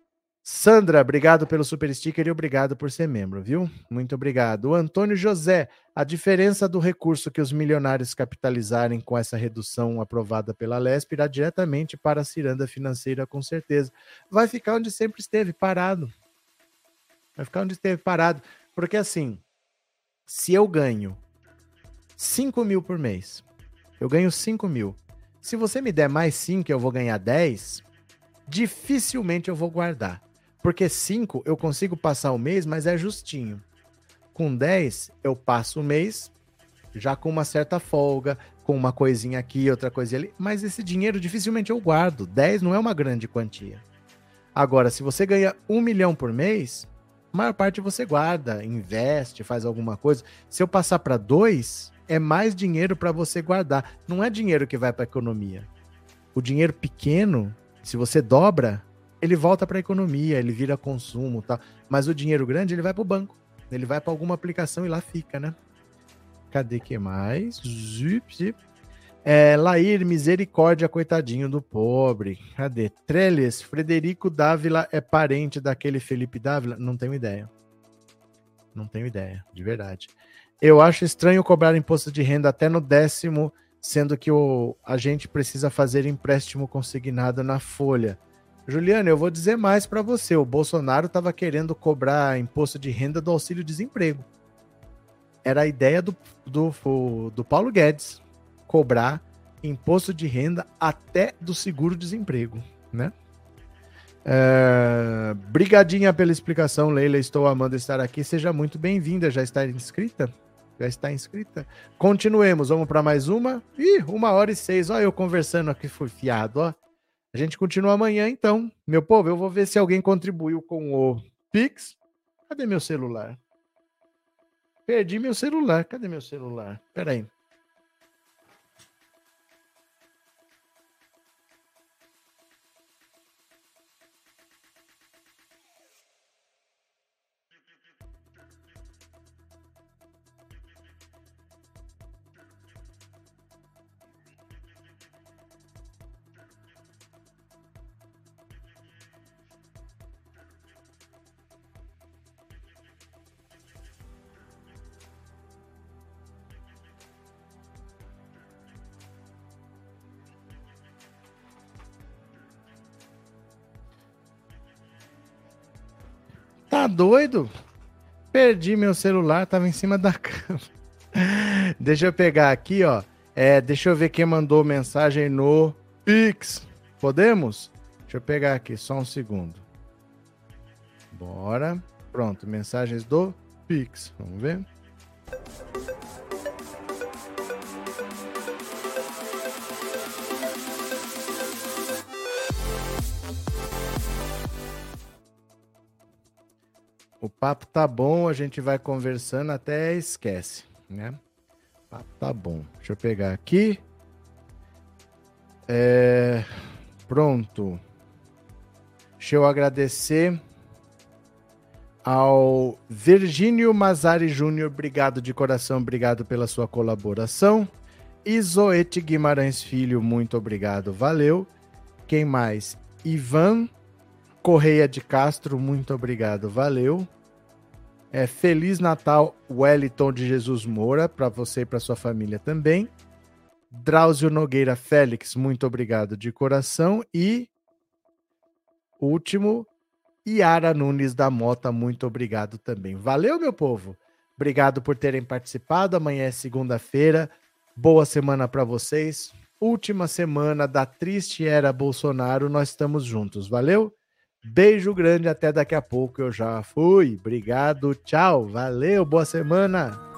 Sandra, obrigado pelo super sticker e obrigado por ser membro, viu? Muito obrigado. O Antônio José, a diferença do recurso que os milionários capitalizarem com essa redução aprovada pela Lesp irá diretamente para a ciranda financeira, com certeza. Vai ficar onde sempre esteve, parado. Vai ficar onde esteve, parado. Porque assim, se eu ganho 5 mil por mês, eu ganho 5 mil. Se você me der mais 5, eu vou ganhar 10, dificilmente eu vou guardar. Porque 5 eu consigo passar o mês, mas é justinho. Com 10, eu passo o mês já com uma certa folga, com uma coisinha aqui, outra coisinha ali. Mas esse dinheiro dificilmente eu guardo. 10 não é uma grande quantia. Agora, se você ganha 1 milhão por mês, a maior parte você guarda, investe, faz alguma coisa. Se eu passar para 2, é mais dinheiro para você guardar. Não é dinheiro que vai para a economia. O dinheiro pequeno, se você dobra, ele volta para a economia, ele vira consumo, tal. Mas o dinheiro grande, ele vai para o banco. Ele vai para alguma aplicação e lá fica, né? Cadê que mais? Zip. Lair, misericórdia, coitadinho do pobre. Cadê? Trellis, Frederico Dávila é parente daquele Felipe Dávila? Não tenho ideia. Não tenho ideia, de verdade. Eu acho estranho cobrar imposto de renda até no 10º, sendo que a gente precisa fazer empréstimo consignado na folha. Juliana, eu vou dizer mais para você. O Bolsonaro estava querendo cobrar imposto de renda do auxílio-desemprego. Era a ideia do Paulo Guedes, cobrar imposto de renda até do seguro-desemprego, né? Brigadinha pela explicação, Leila. Estou amando estar aqui. Seja muito bem-vinda. Já está inscrita? Já está inscrita? Continuemos. Vamos para mais uma? 1h06. Olha eu conversando aqui, fui fiado, ó. A gente continua amanhã, então. Meu povo, eu vou ver se alguém contribuiu com o Pix. Cadê meu celular? Perdi meu celular. Cadê meu celular? Peraí. Tá doido? Perdi meu celular, tava em cima da cama. Deixa eu pegar aqui, ó. Deixa eu ver quem mandou mensagem no Pix. Podemos? Deixa eu pegar aqui, só um segundo. Bora. Pronto, mensagens do Pix. Vamos ver. O papo tá bom, a gente vai conversando até esquece, né? O papo tá bom. Deixa eu pegar aqui. Pronto. Deixa eu agradecer ao Virgínio Mazari Júnior. Obrigado de coração, obrigado pela sua colaboração. Isoete Guimarães Filho, muito obrigado, valeu. Quem mais? Ivan Correia de Castro, muito obrigado, valeu. Feliz Natal, Wellington de Jesus Moura, para você e para sua família também. Drauzio Nogueira Félix, muito obrigado de coração. E último, Yara Nunes da Mota, muito obrigado também. Valeu, meu povo. Obrigado por terem participado. Amanhã é segunda-feira. Boa semana para vocês. Última semana da triste era Bolsonaro. Nós estamos juntos. Valeu? Beijo grande, até daqui a pouco. Eu já fui. Obrigado, tchau. Valeu, boa semana.